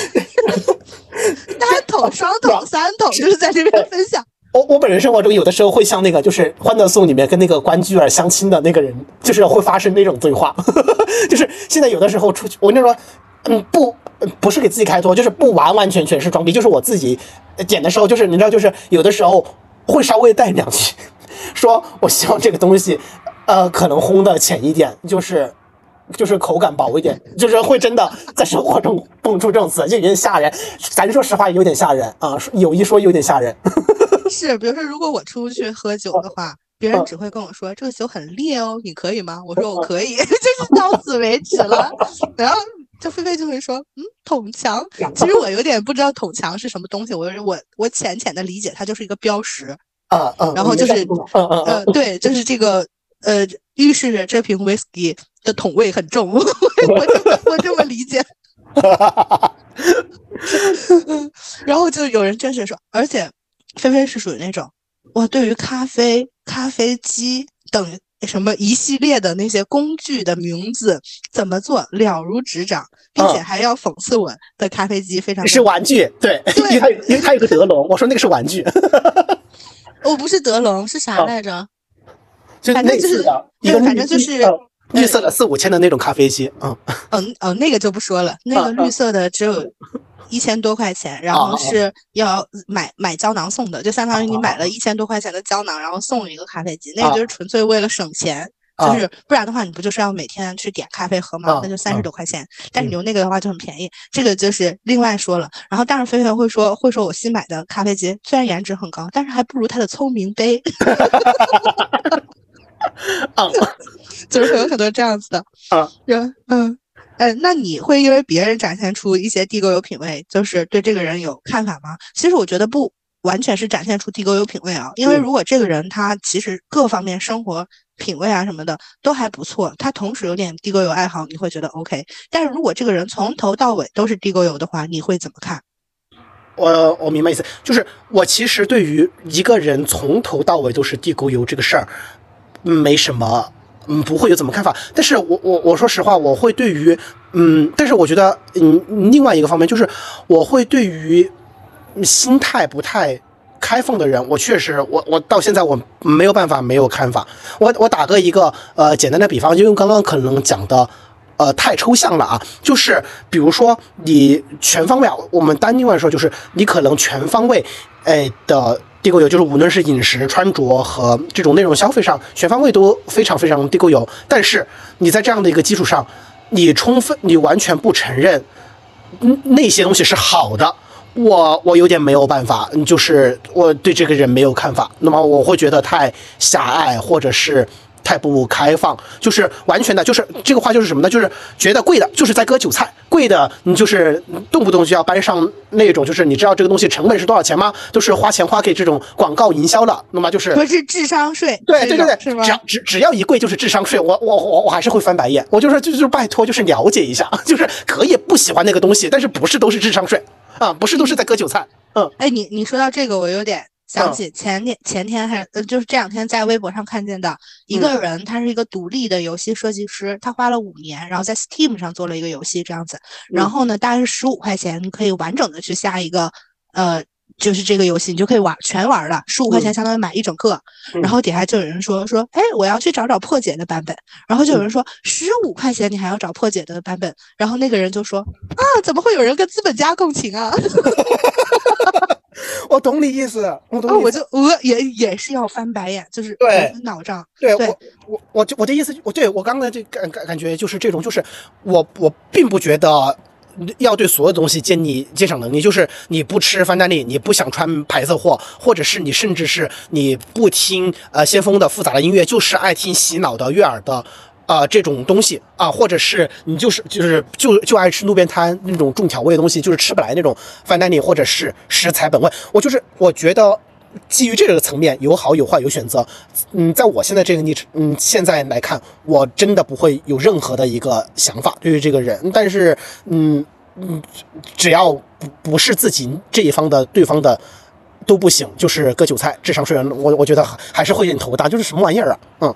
单捅、双捅、3捅，就是在这边分享。 我本人生活中有的时候会像那个就是《欢乐颂》里面跟那个关雎尔相亲的那个人，就是会发生那种对话，就是现在有的时候出去，我那说，不是给自己开脱，就是不完完全全是装逼，就是我自己点的时候，就是你知道，就是有的时候会稍微带2句，说我希望这个东西，可能烘的浅一点，就是口感薄一点，就是会真的在生活中蹦出这种词，就有点吓人。咱说实话，有点吓人啊，有一说有点吓人。 是，比如说，如果我出去喝酒的话，别人只会跟我说这个酒很烈哦，你可以吗？我说我可以，就是到此为止了。然后菲菲就会说，捅墙。其实我有点不知道捅墙是什么东西，我浅的理解它就是一个标识然后就是对，就是这个预示着这瓶 whisky 的桶味很重，我这么理解。然后就有人真是说，而且菲菲是属于那种我对于咖啡机等什么一系列的那些工具的名字怎么做了如指掌，并且还要讽刺我的咖啡机非常是玩具，对，因为它有个德龙，我说那个是玩具。 我不是德龙，是啥来着？ 反正就是反正就是绿色的4、5千的那种咖啡机， 那个就不说了，那个绿色的只有1000多块钱，然后是要买胶囊送的，就相当于你买了1000多块钱的胶囊，然后送一个咖啡机，那个就是纯粹为了省钱就是不然的话，你不就是要每天去点咖啡喝吗？那就30多块钱。但是你用那个的话就很便宜，这个就是另外说了。然后当然菲菲会说我新买的咖啡机虽然颜值很高，但是还不如它的聪明杯。就是会有很多这样子的。那你会因为别人展现出一些地沟油品味，就是对这个人有看法吗？其实我觉得不完全是展现出地沟油品味啊，因为如果这个人他其实各方面生活品味啊什么的都还不错，他同时有点地沟油爱好，你会觉得 OK。但是如果这个人从头到尾都是地沟油的话，你会怎么看？ 我明白意思，就是我其实对于一个人从头到尾都是地沟油这个事儿，没什么，不会有怎么看法。但是我说实话，我会对于，但是我觉得，另外一个方面就是，我会对于心态不太开放的人，我确实，我到现在我没有办法没有看法。我打个一个简单的比方，因为刚刚可能讲的。太抽象了啊，就是比如说你全方位啊，我们单另外说就是你可能全方位，的地沟油，就是无论是饮食、穿着和这种内容消费上，全方位都非常非常地沟油。但是你在这样的一个基础上，你完全不承认那些东西是好的，我有点没有办法，就是我对这个人没有看法，那么我会觉得太狭隘，或者是。太不开放，就是完全的，就是这个话就是什么呢？就是觉得贵的就是在割韭菜，贵的你就是动不动就要搬上那种，就是你知道这个东西成本是多少钱吗？都是花钱花给这种广告营销了，那么就是不是智商税， 对， 是吗？ 只要一贵就是智商税，我还是会翻白眼，我就是拜托，就是了解一下，就是可以不喜欢那个东西，但是不是都是智商税啊？不是都是在割韭菜， 你说到这个，我有点。想起前天还就是这2天在微博上看见的一个人，他是一个独立的游戏设计师，他花了5年，然后在 Steam 上做了一个游戏这样子，然后呢大概是15块钱，你可以完整的去下一个就是这个游戏，你就可以全玩了，15块钱相当于买一整个。然后底下就有人说，哎，我要去找破解的版本。然后就有人说，15块钱你还要找破解的版本？然后那个人就说，啊，怎么会有人跟资本家共情啊？ 我懂你意思， 我也是要翻白眼，就是脑胀。 对，我的意思，我刚才这感觉就是这种，就是我并不觉得要对所有东西建立鉴赏能力，就是你不吃范丹利，你不想穿牌子货，或者是你甚至是你不听先锋的复杂的音乐，就是爱听洗脑的悦耳的。这种东西啊，或者是你就爱吃路边摊那种重调味的东西，就是吃不来那种范丹利或者是食材本味。我觉得基于这个层面有好有坏有选择。在我现在这个现在来看，我真的不会有任何的一个想法对于这个人，但是只要不是自己这一方的对方的都不行，就是割韭菜智商税，我觉得还是会有点头大，就是什么玩意儿啊，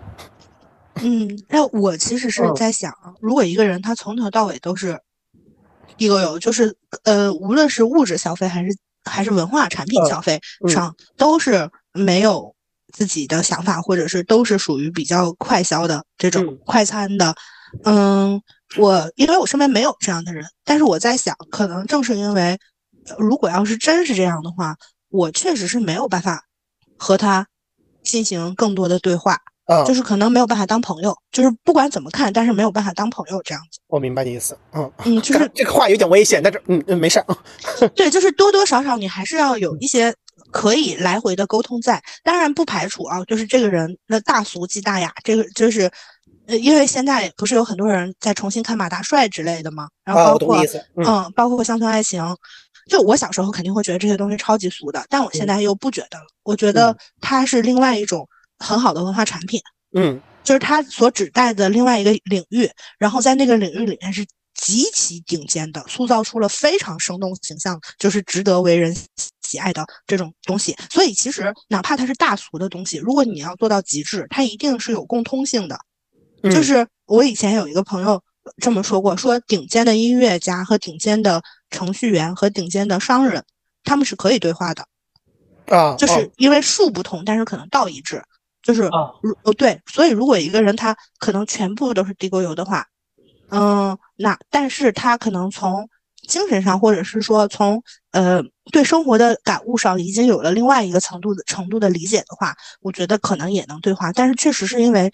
那我其实是在想，如果一个人他从头到尾都是地沟油，就是无论是物质消费还是文化产品消费上，都是没有自己的想法，或者是都是属于比较快消的这种快餐的。因为我身边没有这样的人，但是我在想，可能正是因为如果要是真是这样的话，我确实是没有办法和他进行更多的对话。就是可能没有办法当朋友，就是不管怎么看，但是没有办法当朋友这样子。 我明白你意思， 就是这个话有点危险，但是没事。 对，就是多多少少你还是要有一些可以来回的沟通在，当然不排除啊，就是这个人的大俗即大雅，这个就是因为现在不是有很多人在重新看马大帅之类的吗？然后包括乡村爱情。就我小时候肯定会觉得这些东西超级俗的，但我现在又不觉得了，我觉得它是另外一种很好的文化产品，就是它所指代的另外一个领域，然后在那个领域里面是极其顶尖的，塑造出了非常生动形象，就是值得为人喜爱的这种东西。所以其实哪怕它是大俗的东西，如果你要做到极致，它一定是有共通性的。就是我以前有一个朋友这么说过，说顶尖的音乐家和顶尖的程序员和顶尖的商人，他们是可以对话的。就是因为术不同，但是可能道一致，就是对，所以如果一个人他可能全部都是地沟油的话，但是他可能从精神上或者是说从对生活的感悟上已经有了另外一个程度的理解的话，我觉得可能也能对话。但是确实是因为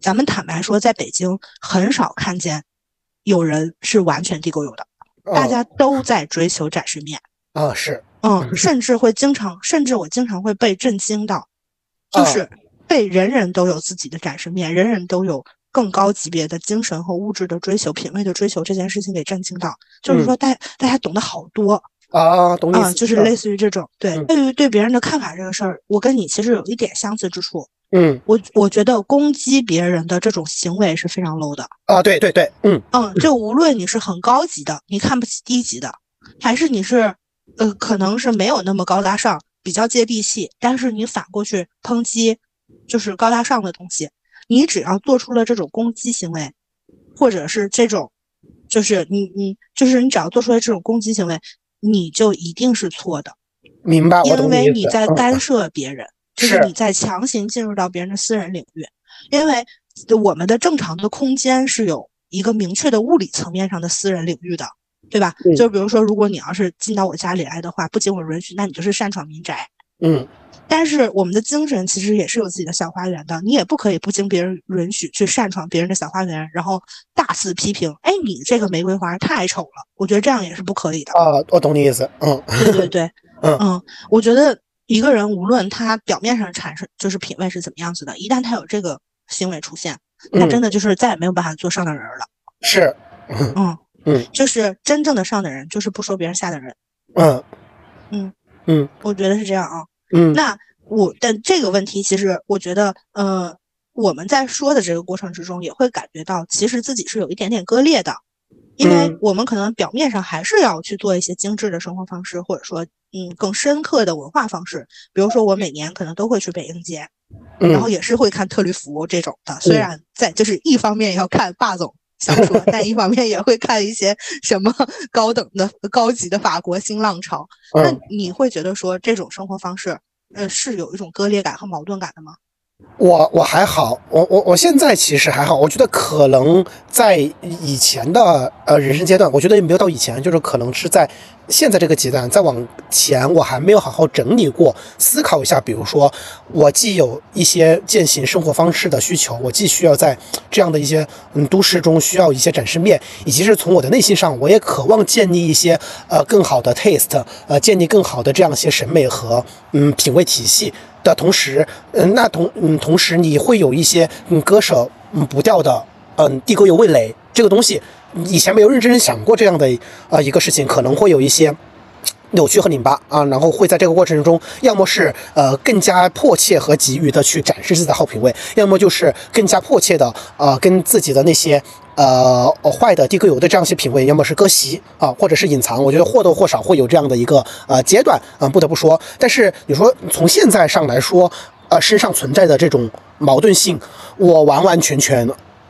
咱们坦白说，在北京很少看见有人是完全地沟油的，大家都在追求展示面啊，是， 甚至我经常会被震惊到，就是被人人都有自己的展示面，人人都有更高级别的精神和物质的追求、品味的追求，这件事情给震惊到，就是说大家懂得好多啊，懂意思， 就是类似于这种，对，对于对别人的看法这个事儿，我跟你其实有一点相似之处。我觉得攻击别人的这种行为是非常 low 的啊，对对对， 就无论你是很高级的，你看不起低级的，还是你是可能是没有那么高大上，比较接地气，但是你反过去抨击就是高大上的东西，你只要做出了这种攻击行为，或者是这种就是你只要做出来这种攻击行为，你就一定是错的， 明白？ 因为你在干涉别人。就是你在强行进入到别人的私人领域，因为我们的正常的空间是有一个明确的物理层面上的私人领域的，对吧？就比如说，如果你要是进到我家里来的话，不经我允许，那你就是擅闯民宅。但是我们的精神其实也是有自己的小花园的，你也不可以不经别人允许去擅闯别人的小花园，然后大肆批评，哎，你这个玫瑰花太丑了，我觉得这样也是不可以的。 我懂你意思。 对对对，我觉得。一个人无论他表面上产生就是品味是怎么样子的，一旦他有这个行为出现，他真的就是再也没有办法做上等人了。 是， 就是真正的上等人，就是不说别人下等人。我觉得是这样啊。那但这个问题其实我觉得，我们在说的这个过程之中，也会感觉到其实自己是有一点点割裂的。因为我们可能表面上还是要去做一些精致的生活方式，或者说更深刻的文化方式，比如说我每年可能都会去北影节，然后也是会看特吕弗这种的，虽然在就是一方面要看霸总小说，但一方面也会看一些什么高等的高级的法国新浪潮。那你会觉得说这种生活方式是有一种割裂感和矛盾感的吗？ 我还好，我现在其实还好，我觉得可能在以前的人生阶段，我觉得也没有到以前，就是可能是在现在这个阶段，再往前我还没有好好整理过，思考一下，比如说我既有一些践行生活方式的需求，我既需要在这样的一些都市中需要一些展示面，以及是从我的内心上，我也渴望建立一些更好的 taste， 建立更好的这样一些审美和品味体系。的同时，同时你会有一些割舍不掉的地沟油味蕾这个东西，以前没有认真想过这样的一个事情，可能会有一些扭曲和拧巴啊，然后会在这个过程中，要么是更加迫切和急于的去展示自己的好品味，要么就是更加迫切的跟自己的那些坏的地沟油的这样一些品味，要么是割席啊，或者是隐藏。我觉得或多或少会有这样的一个阶段不得不说。但是你说从现在上来说，身上存在的这种矛盾性，我完完全全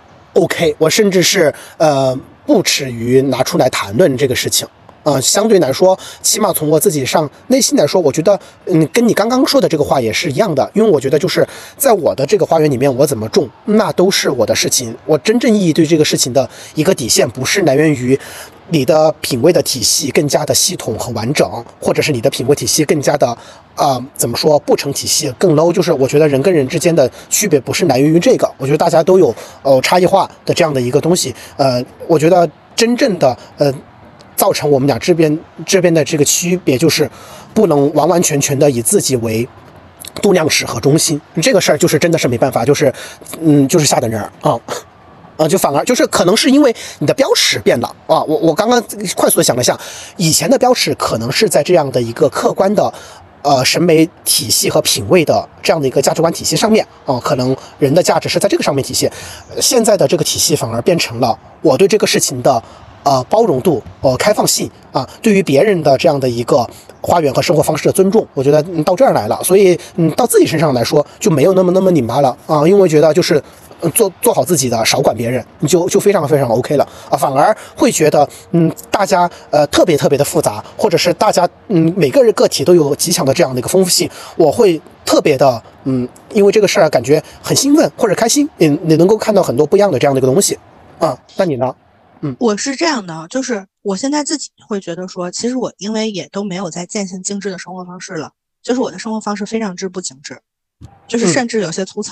OK， 我甚至是不耻于拿出来谈论这个事情。相对来说，起码从我自己上内心来说，我觉得，跟你刚刚说的这个话也是一样的，因为我觉得就是在我的这个花园里面，我怎么种，那都是我的事情。我真正意义对这个事情的一个底线，不是来源于你的品味的体系更加的系统和完整，或者是你的品味体系更加的怎么说不成体系更 low。就是我觉得人跟人之间的区别不是来源于这个，我觉得大家都有差异化的这样的一个东西。我觉得真正的造成我们俩这边的这个区别，就是不能完完全全的以自己为度量尺和中心。这个事儿就是真的是没办法，就是就是下等人就反而就是可能是因为你的标尺变了啊。我刚刚快速的想了一下，以前的标尺可能是在这样的一个客观的审美体系和品味的这样的一个价值观体系上面可能人的价值是在这个上面体现。现在的这个体系反而变成了我对这个事情的包容度开放性对于别人的这样的一个花园和生活方式的尊重，我觉得到这儿来了。所以到自己身上来说就没有那么拧巴了因为我觉得就是做好自己的，少管别人，就非常非常 OK 了反而会觉得大家特别特别的复杂，或者是大家每个人个体都有极强的这样的一个丰富性，我会特别的因为这个事儿感觉很兴奋或者开心，你能够看到很多不一样的这样的一个东西那你呢？ 我是这样的，就是我现在自己会觉得说，其实我因为也都没有在践行精致的生活方式了，就是我的生活方式非常之不精致，就是甚至有些粗糙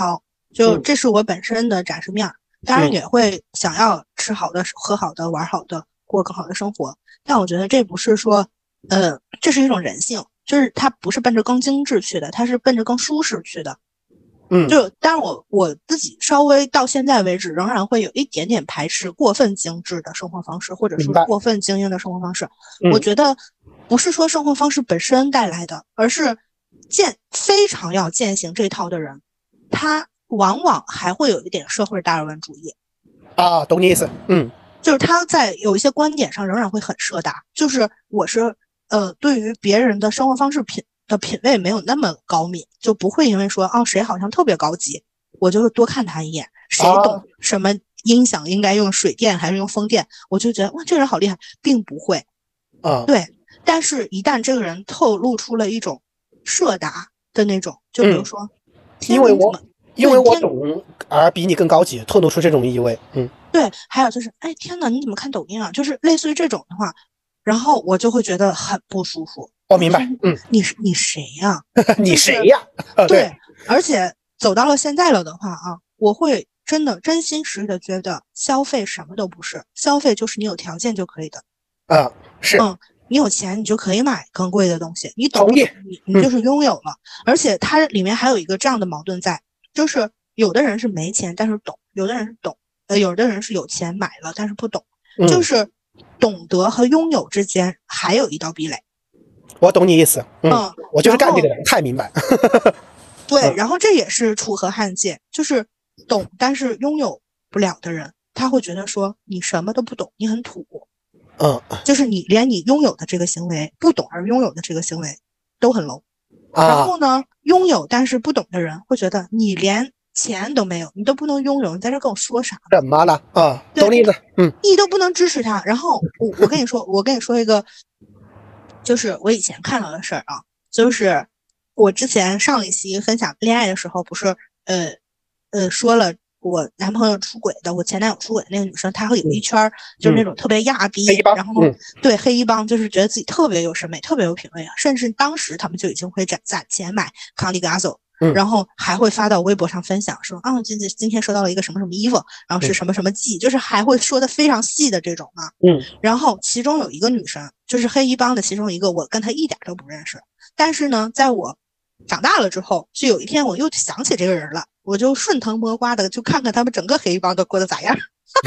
就这是我本身的展示面，当然也会想要吃好的、喝好的、玩好的、过更好的生活，但我觉得这不是说，这是一种人性，就是它不是奔着更精致去的，它是奔着更舒适去的。就当然我自己稍微到现在为止仍然会有一点点排斥过分精致的生活方式，或者说过分精英的生活方式。我觉得不是说生活方式本身带来的，而是非常要践行这套的人，他往往还会有一点社会达尔文主义啊，懂你意思。 就是他在有一些观点上仍然会很社达，就是我是对于别人的生活方式品味没有那么高敏，就不会因为说谁好像特别高级，我就多看他一眼，谁懂什么音响应该用水电还是用风电，我就觉得哇这个人好厉害，并不会对。但是一旦这个人透露出了一种社达的那种，就比如说因为我懂而比你更高级，透露出这种意味。 对，还有就是天哪你怎么看抖音啊，就是类似于这种的话，然后我就会觉得很不舒服。 我明白。 你谁呀？ 你谁呀？ 对，而且走到了现在了的话我会真心实意的觉得消费什么都不是，消费就是你有条件就可以的。 是。 你有钱你就可以买更贵的东西，你懂你就是拥有了。而且它里面还有一个这样的矛盾在，就是有的人是没钱但是懂，有的人是懂，有的人是有钱买了但是不懂，就是懂得和拥有之间还有一道壁垒。 我懂你意思。我就是干这个人，太明白。 对，然后这也是楚河汉界，就是懂但是拥有不了的人，他会觉得说你什么都不懂，你很土。就是你连你拥有的这个行为，不懂而拥有的这个行为都很 low。然后呢，拥有但是不懂的人会觉得你连钱都没有，你都不能拥有，你在这跟我说啥？ 怎么了？懂你意思。 你都不能支持他。然后我跟你说一个，就是我以前看到的事儿就是我之前上一期分享恋爱的时候，不是说了。我男朋友出轨的，我前男友出轨的那个女生，她会有一圈就是那种特别亚逼，然后对黑衣帮，就是觉得自己特别有审美，特别有品味甚至当时他们就已经会攒钱买康迪 Gazo，然后还会发到微博上分享说今天收到了一个什么什么衣服，然后是什么什么季，就是还会说的非常细的这种然后其中有一个女生，就是黑衣帮的其中一个，我跟她一点都不认识，但是呢，在我长大了之后，就有一天我又想起这个人了，我就顺藤摸瓜的就看看他们整个黑帮都过得咋样。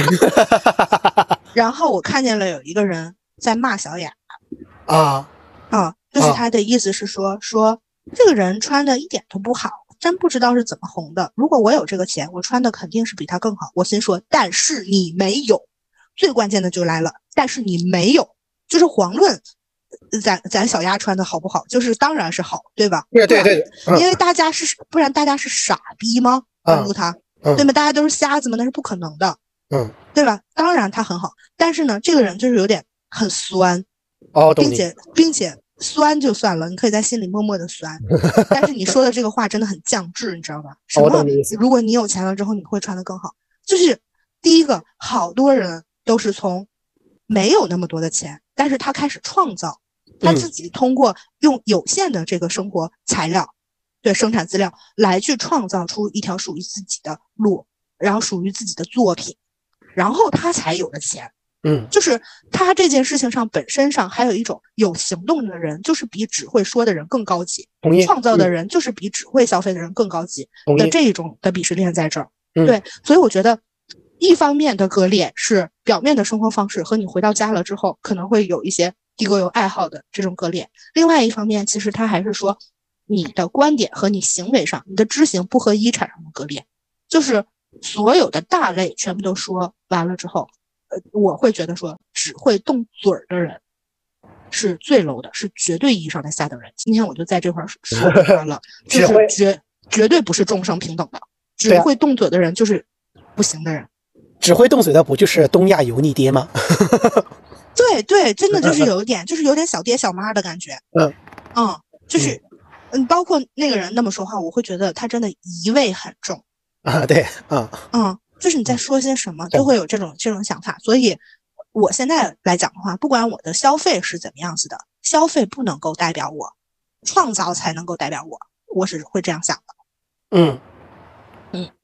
然后我看见了有一个人在骂小雅就是他的意思是说这个人穿的一点都不好，真不知道是怎么红的，如果我有这个钱，我穿的肯定是比他更好。我心说但是你没有，最关键的就来了，但是你没有，就是遑论咱小丫穿的好不好，就是当然是好，对吧？ 对， 因为不然大家是傻逼吗？关注他，对吗？大家都是瞎子吗？那是不可能的，对吧？当然他很好，但是呢，这个人就是有点很酸，并且酸就算了，你可以在心里默默的酸，但是你说的这个话真的很降智，你知道吧？什么？如果你有钱了之后，你会穿得更好，就是第一个，好多人都是从没有那么多的钱，但是他开始创造。他自己通过用有限的这个生活材料，对生产资料来去创造出一条属于自己的路，然后属于自己的作品，然后他才有了钱。就是他这件事情上本身上还有一种有行动的人就是比只会说的人更高级，创造的人就是比只会消费的人更高级的这一种的鄙视链在这儿。对，所以我觉得一方面的割裂是表面的生活方式和你回到家了之后可能会有一些地沟油爱好的这种割裂，另外一方面其实他还是说你的观点和你行为上你的知行不合一产生的割裂，就是所有的大类全部都说完了之后，我会觉得说只会动嘴的人是最 low 的，是绝对意义上的下等人。今天我就在这块说完了，就是绝对不是众生平等的，只会动嘴的人就是不行的人。 只会动嘴的不就是东亚油腻爹吗？ 对，真的就是有一点，就是有点小爹小妈的感觉。就是包括那个人那么说话，我会觉得他真的疑味很重对， 就是你在说些什么都会有这种想法。所以我现在来讲的话，不管我的消费是怎么样子的，消费不能够代表我，创造才能够代表我，我是会这样想的。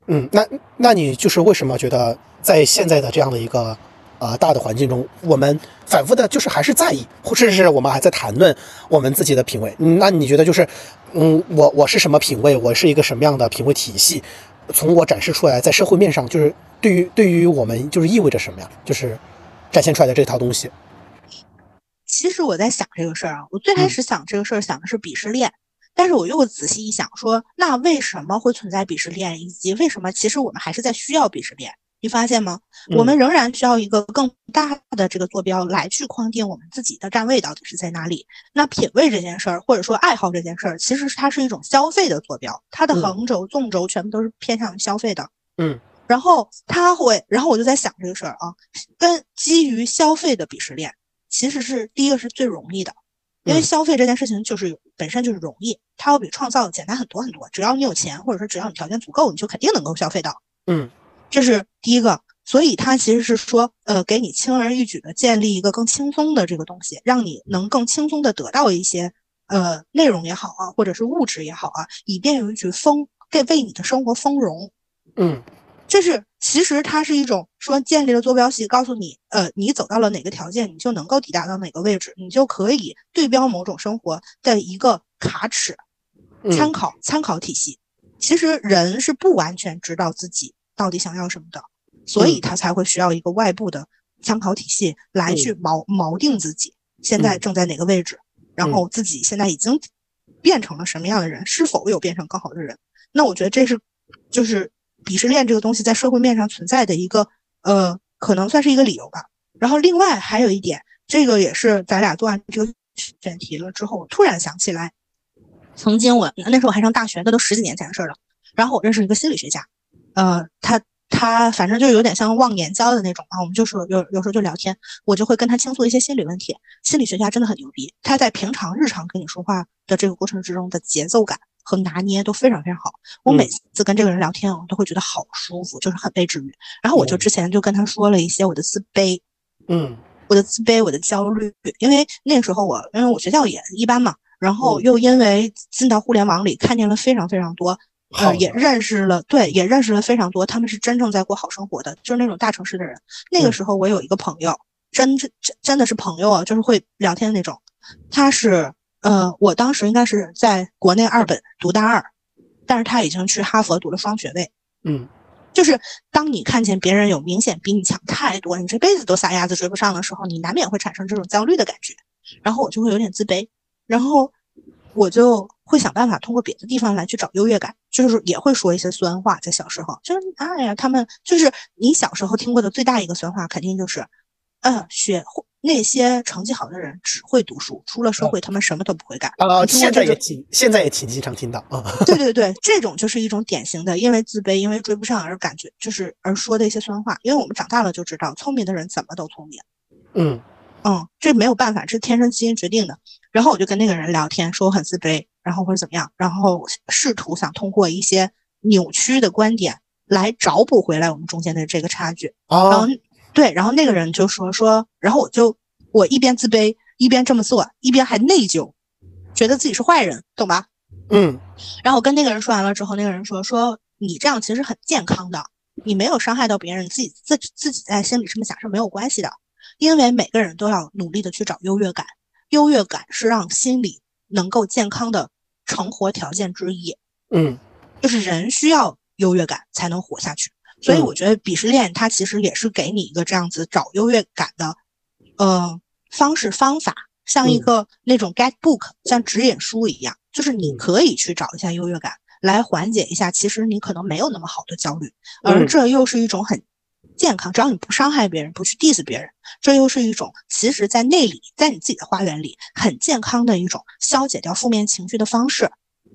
那你就是为什么觉得在现在的这样的一个大的环境中，我们反复的就是还是在意，或者是我们还在谈论我们自己的品味？那你觉得就是我是什么品味，我是一个什么样的品味体系，从我展示出来在社会面上，就是对于我们就是意味着什么呀？就是展现出来的这套东西。 其实我在想这个事儿啊，我最开始想这个事儿想的是鄙视链，但是我又仔细一想说，那为什么会存在鄙视链，以及为什么其实我们还是在需要鄙视链？你发现吗？我们仍然需要一个更大的这个坐标来去框定我们自己的站位到底是在哪里。那品味这件事儿，或者说爱好这件事儿，其实它是一种消费的坐标，它的横轴、纵轴全部都是偏向于消费的。然后我就在想这个事儿啊，跟基于消费的鄙视链，其实是第一个是最容易的，因为消费这件事情就是本身就是容易，它要比创造简单很多很多。只要你有钱，或者说只要你条件足够，你就肯定能够消费到。这是第一个，所以它其实是说，给你轻而易举的建立一个更轻松的这个东西，让你能更轻松的得到一些内容也好啊，或者是物质也好啊，以便于去为你的生活丰容。就是其实它是一种说建立了坐标系，告诉你，你走到了哪个条件，你就能够抵达到哪个位置，你就可以对标某种生活的一个卡尺，参考体系。其实人是不完全知道自己到底想要什么的，所以他才会需要一个外部的参考体系来去锚定自己现在正在哪个位置，然后自己现在已经变成了什么样的人，是否有变成更好的人。那我觉得这是就是鄙视链这个东西在社会面上存在的一个可能算是一个理由吧。然后另外还有一点，这个也是咱俩做完这个选题了之后，我突然想起来，曾经那时候我还上大学，那都10几年前的事了。然后我认识一个心理学家，他反正就有点像忘年交的那种啊，我们就说有时候就聊天，我就会跟他倾诉一些心理问题。心理学家真的很牛逼，他在平常日常跟你说话的这个过程之中的节奏感和拿捏都非常非常好。我每次跟这个人聊天，我都会觉得好舒服，就是很被治愈。然后我就之前就跟他说了一些我的自卑，我的自卑，我的焦虑，因为那个时候因为我学校也一般嘛，然后又因为进到互联网里看见了非常非常多。也认识了非常多他们是真正在过好生活的，就是那种大城市的人。那个时候我有一个朋友，真的是朋友啊，就是会聊天的那种。他是我当时应该是在国内2本读大2，但是他已经去哈佛读了双学位。就是当你看见别人有明显比你强太多，你这辈子都撒丫子追不上的时候，你难免会产生这种焦虑的感觉，然后我就会有点自卑，然后我就会想办法通过别的地方来去找优越感，就是也会说一些酸话。在小时候就是哎呀，他们就是你小时候听过的最大一个酸话肯定就是那些成绩好的人只会读书，出了社会他们什么都不会干。 现在也挺经常听到啊。 对，这种就是一种典型的因为自卑因为追不上而感觉就是而说的一些酸话。因为我们长大了就知道聪明的人怎么都聪明。这没有办法，这是天生基因决定的。然后我就跟那个人聊天，说我很自卑，然后或者怎么样，然后试图想通过一些扭曲的观点来找补回来我们中间的这个差距。然后那个人就说，然后我一边自卑，一边这么做，一边还内疚，觉得自己是坏人，懂吧？然后我跟那个人说完了之后，那个人说你这样其实很健康的，你没有伤害到别人，自己在心里这么想是没有关系的。因为每个人都要努力的去找优越感，优越感是让心理能够健康的成活条件之一。就是人需要优越感才能活下去。所以我觉得鄙视链它其实也是给你一个这样子找优越感的方法，像一个那种 guidebook， 像指引书一样，就是你可以去找一下优越感来缓解一下其实你可能没有那么好的焦虑，而这又是一种很健康，只要你不伤害别人，不去 diss 别人，这又是一种其实在内里，在你自己的花园里很健康的一种消解掉负面情绪的方式。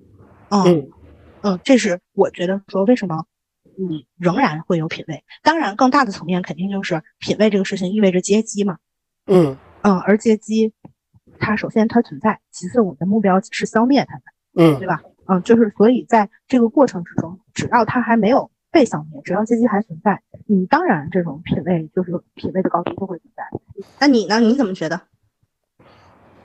这是我觉得说为什么你仍然会有品味。当然更大的层面肯定就是品味这个事情意味着阶级嘛。而阶级它首先它存在，其次我们的目标是消灭它们，对吧？就是所以在这个过程之中，只要它还没有被消灭，只要阶级还存在，你当然这种品味就是品味的高低都会存在。那你呢？你怎么觉得？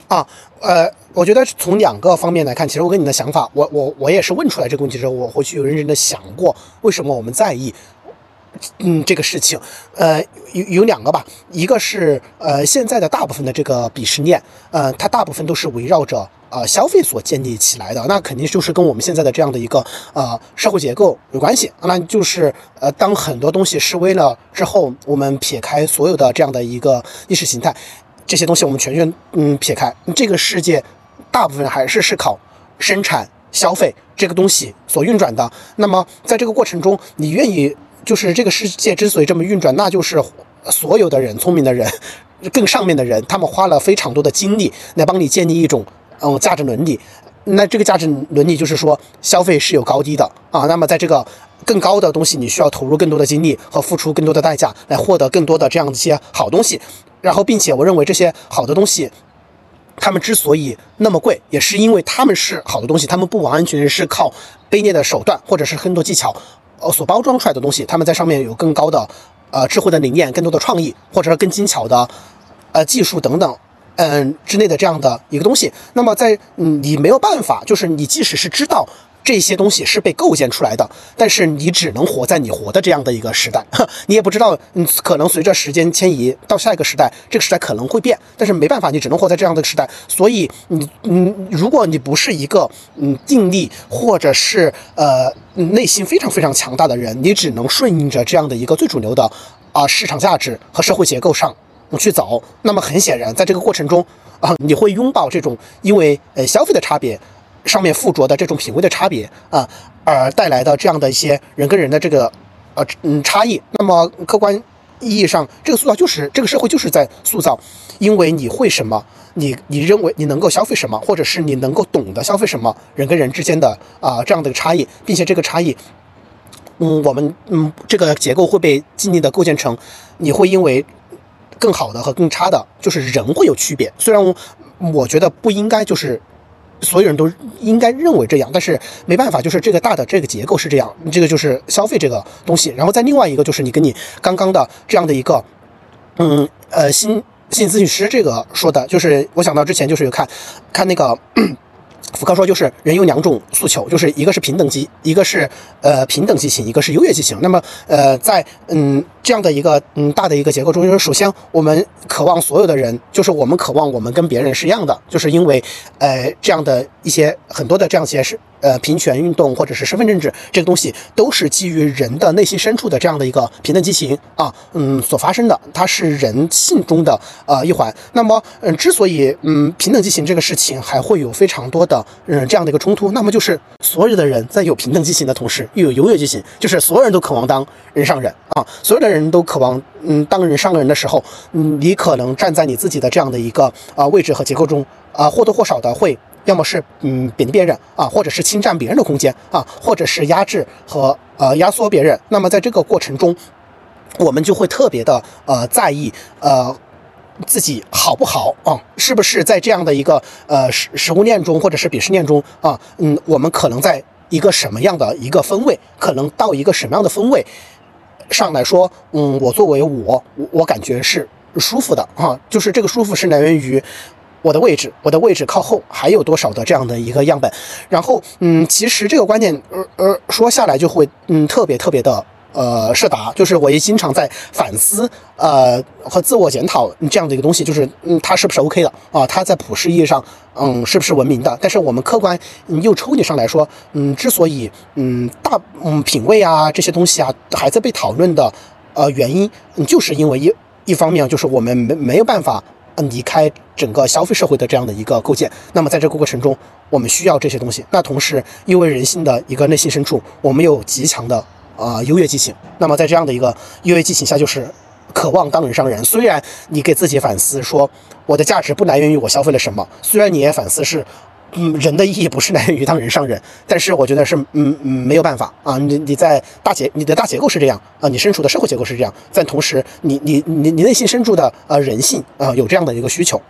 啊，我觉得从2个方面来看，其实我跟你的想法，我也是问出来这个问题之后，我回去有认真的想过，为什么我们在意这个事情，有2个吧，一个是现在的大部分的这个鄙视链，它大部分都是围绕着消费所建立起来的，那肯定就是跟我们现在的这样的一个社会结构有关系。那就是当很多东西式微了之后，我们撇开所有的这样的一个意识形态，这些东西我们全撇开，这个世界大部分还是靠生产消费这个东西所运转的。那么在这个过程中，你愿意就是这个世界之所以这么运转，那就是所有的人，聪明的人，更上面的人，他们花了非常多的精力来帮你建立一种价值伦理。那这个价值伦理就是说，消费是有高低的啊。那么在这个更高的东西，你需要投入更多的精力和付出更多的代价来获得更多的这样一些好东西。然后，并且我认为这些好的东西，他们之所以那么贵，也是因为他们是好的东西，他们不完全是靠卑劣的手段或者是很多技巧所包装出来的东西，他们在上面有更高的智慧的理念、更多的创意，或者是更精巧的技术等等之内的这样的一个东西。那么在你没有办法，就是你即使是知道这些东西是被构建出来的，但是你只能活在你活的这样的一个时代，你也不知道可能随着时间迁移到下一个时代，这个时代可能会变，但是没办法，你只能活在这样的时代。所以如果你不是一个定力或者是内心非常非常强大的人，你只能顺应着这样的一个最主流的市场价值和社会结构上去走。那么很显然，在这个过程中你会拥抱这种因为消费的差别上面附着的这种品味的差别而带来的这样的一些人跟人的这个差异。那么客观意义上，这个塑造就是这个社会就是在塑造，因为你会什么，你认为你能够消费什么，或者是你能够懂得消费什么，人跟人之间的这样的差异，并且这个差异我们这个结构会被尽力的构建成，你会因为更好的和更差的，就是人会有区别。虽然我觉得不应该就是所有人都应该认为这样，但是没办法，就是这个大的这个结构是这样，这个就是消费这个东西。然后在另外一个就是你跟你刚刚的这样的一个心理咨询师这个说的，就是我想到之前就是有看那个福柯说，就是人有2种诉求，就是一个是平等激，一个是平等激情，一个是优越激情。那么在这样的一个大的一个结构中，就是首先我们渴望所有的人，就是我们渴望我们跟别人是一样的，就是因为这样的一些很多的这样一些是平权运动或者是身份政治这个东西，都是基于人的内心深处的这样的一个平等激情所发生的，它是人性中的一环。那么之所以平等激情这个事情还会有非常多的这样的一个冲突，那么就是所有的人在有平等激情的同时又有优越激情，就是所有人都渴望当人上人所有的人都渴望当人上人的时候，你可能站在你自己的这样的一个位置和结构中或多或少的会要么是贬低别人或者是侵占别人的空间或者是压制和压缩别人。那么在这个过程中，我们就会特别的在意自己好不好是不是在这样的一个食物链中或者是鄙视链中我们可能在一个什么样的一个分位，可能到一个什么样的分位上来说，我作为我感觉是舒服的就是这个舒服是来源于我的位置靠后还有多少的这样的一个样本。然后其实这个观点说下来就会特别特别的社达，就是我也经常在反思和自我检讨这样的一个东西，就是它是不是 OK 的它在普世意义上是不是文明的。但是我们客观又抽离上来说之所以品味这些东西还在被讨论的原因就是因为一方面就是我们没有办法离开整个消费社会的这样的一个构建，那么在这个过程中我们需要这些东西。那同时因为人性的一个内心深处，我们有极强的优越激情，那么在这样的一个优越激情下，就是渴望当人上人。虽然你给自己反思说我的价值不来源于我消费了什么，虽然你也反思是人的意义不是来源于当人上人，但是我觉得是没有办法你在你的大结构是这样你身处的社会结构是这样，但同时你内心深处的人性有这样的一个需求。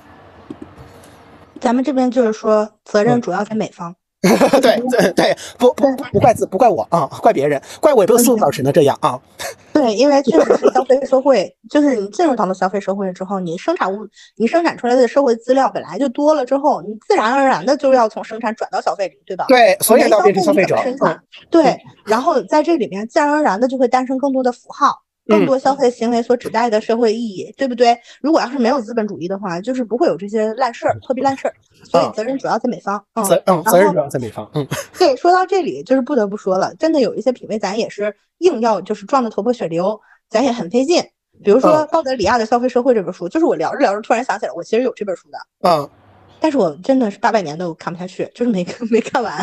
咱们这边就是说责任主要在美方对，不怪我怪别人，怪我也被塑造成了这样对，因为确实是消费社会，就是你进入到了消费社会之后，你生产出来的社会资料本来就多了之后，你自然而然的就要从生产转到消费里，对吧？ 对，所以要变成消费者。 对，然后在这里面自然而然的就会诞生更多的符号。更多消费行为所指代的社会意义，对不对？如果要是没有资本主义的话，就是不会有这些烂事儿，货币烂事儿。所以责任主要在美方。 责任主要在美方。 对，说到这里就是不得不说了，真的有一些品味咱也是硬要就是撞得头破血流，咱也很费劲。比如说《鲍德里亚的消费社会》这本书，就是我聊着聊着突然想起来，我其实有这本书的。但是我真的是800年都看不下去，就是没看完。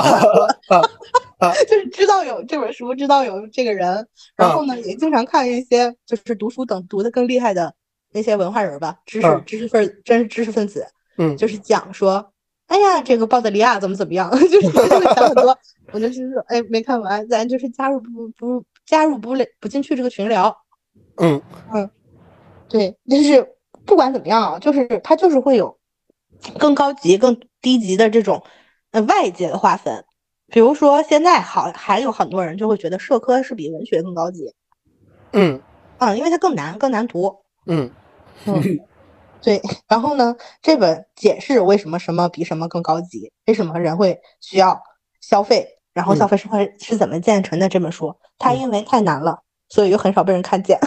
就是知道有这本书，知道有这个人，然后呢，也经常看一些就是读书等读得更厉害的那些文化人吧，知识分子，就是讲说，哎呀，这个鲍德里亚怎么样，就是讲很多，我就是说，哎，没看完，咱就是加入不进去这个群聊，对，就是不管怎么样，就是它就是会有更高级、更低级的这种外界的划分。比如说现在还有很多人就会觉得社科是比文学更高级，因为它更难读，对。然后呢，这本解释为什么什么比什么更高级，为什么人会需要消费，然后消费社会是怎么建成的这本书，它因为太难了，所以就很少被人看见。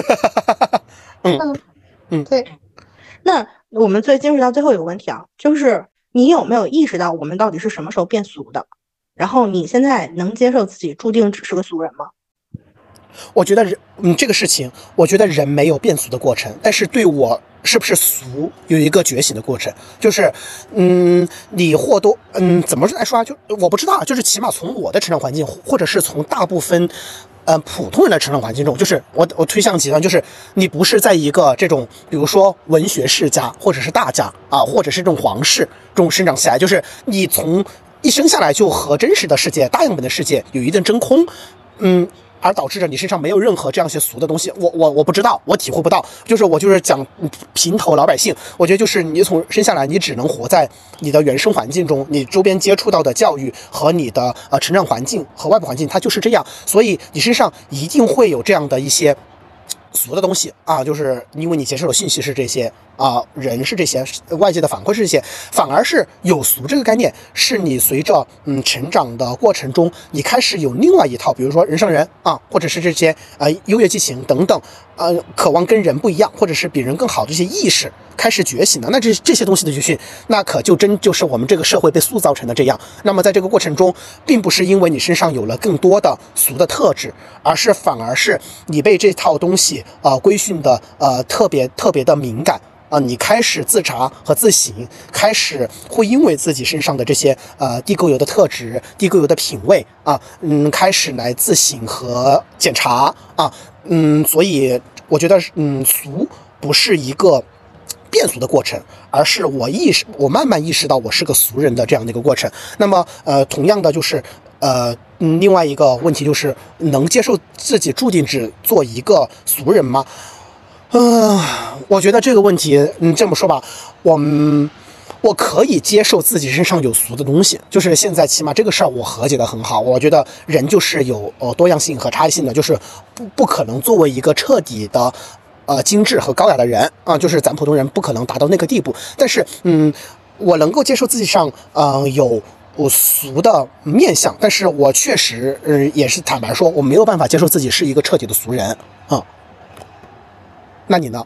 对。那我们进入到最后一个问题啊，就是你有没有意识到我们到底是什么时候变俗的？然后你现在能接受自己注定只是个俗人吗？ 我觉得这个事情，我觉得人没有变俗的过程，但是对我是不是俗有一个觉醒的过程，就是你或多怎么来说啊？就我不知道，就是起码从我的成长环境，或者是从大部分普通人的成长环境中，就是我推向极端，就是你不是在一个这种比如说文学世家或者是大家啊，或者是这种皇室这种生长起来，就是你从一生下来就和真实的世界、大样本的世界有一定真空，而导致着你身上没有任何这样一些俗的东西。我不知道，我体会不到。我就是讲平头老百姓，我觉得就是你从生下来，你只能活在你的原生环境中，你周边接触到的教育和你的成长环境和外部环境，它就是这样，所以你身上一定会有这样的一些俗的东西啊，就是因为你接受的信息是这些啊，人是这些，外界的反馈是这些，反而是有俗这个概念，是你随着成长的过程中，你开始有另外一套，比如说人上人啊，或者是这些优越激情等等，渴望跟人不一样，或者是比人更好的这些意识开始觉醒的，那这些东西的觉醒，那可就是我们这个社会被塑造成的这样。那么在这个过程中，并不是因为你身上有了更多的俗的特质，反而是你被这套东西规训的特别的敏感。你开始自查和自省，开始会因为自己身上的这些地沟油的特质、地沟油的品味开始来自省和检查所以我觉得俗不是一个变俗的过程，而是我慢慢意识到我是个俗人的这样的一个过程。那么同样的就是另外一个问题就是能接受自己注定只做一个俗人吗？我觉得这个问题，这么说吧，我可以接受自己身上有俗的东西，就是现在起码这个事儿我和解的很好。我觉得人就是有多样性和差异性的，就是不可能作为一个彻底的精致和高雅的人就是咱普通人不可能达到那个地步。但是我能够接受自己上有俗的面相，但是我确实也是坦白说，我没有办法接受自己是一个彻底的俗人那你呢？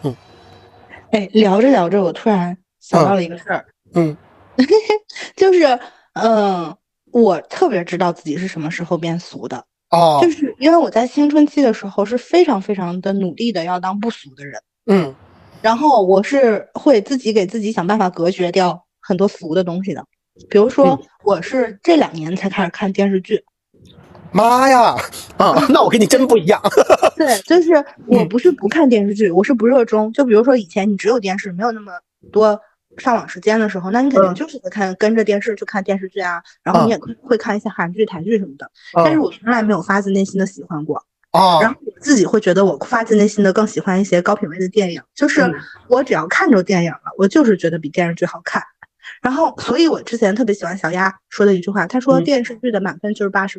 聊着聊着，我突然想到了一个事儿，就是我特别知道自己是什么时候变俗的就是因为我在青春期的时候是非常非常的努力的要当不俗的人，然后我是会自己给自己想办法隔绝掉很多俗的东西的，比如说我是这2年才开始看电视剧。 妈呀那我跟你真不一样对，就是我不是不看电视剧，我是不热衷。就比如说以前你只有电视，没有那么多上网时间的时候，那你肯定就是会跟着电视去看电视剧啊，然后你也会看一些韩剧、台剧什么的。但是我从来没有发自内心的喜欢过然后我自己会觉得我发自内心的更喜欢一些高品位的电影，就是我只要看着电影了，我就是觉得比电视剧好看。然后所以我之前特别喜欢小丫说的一句话，她说电视剧的满分就是80分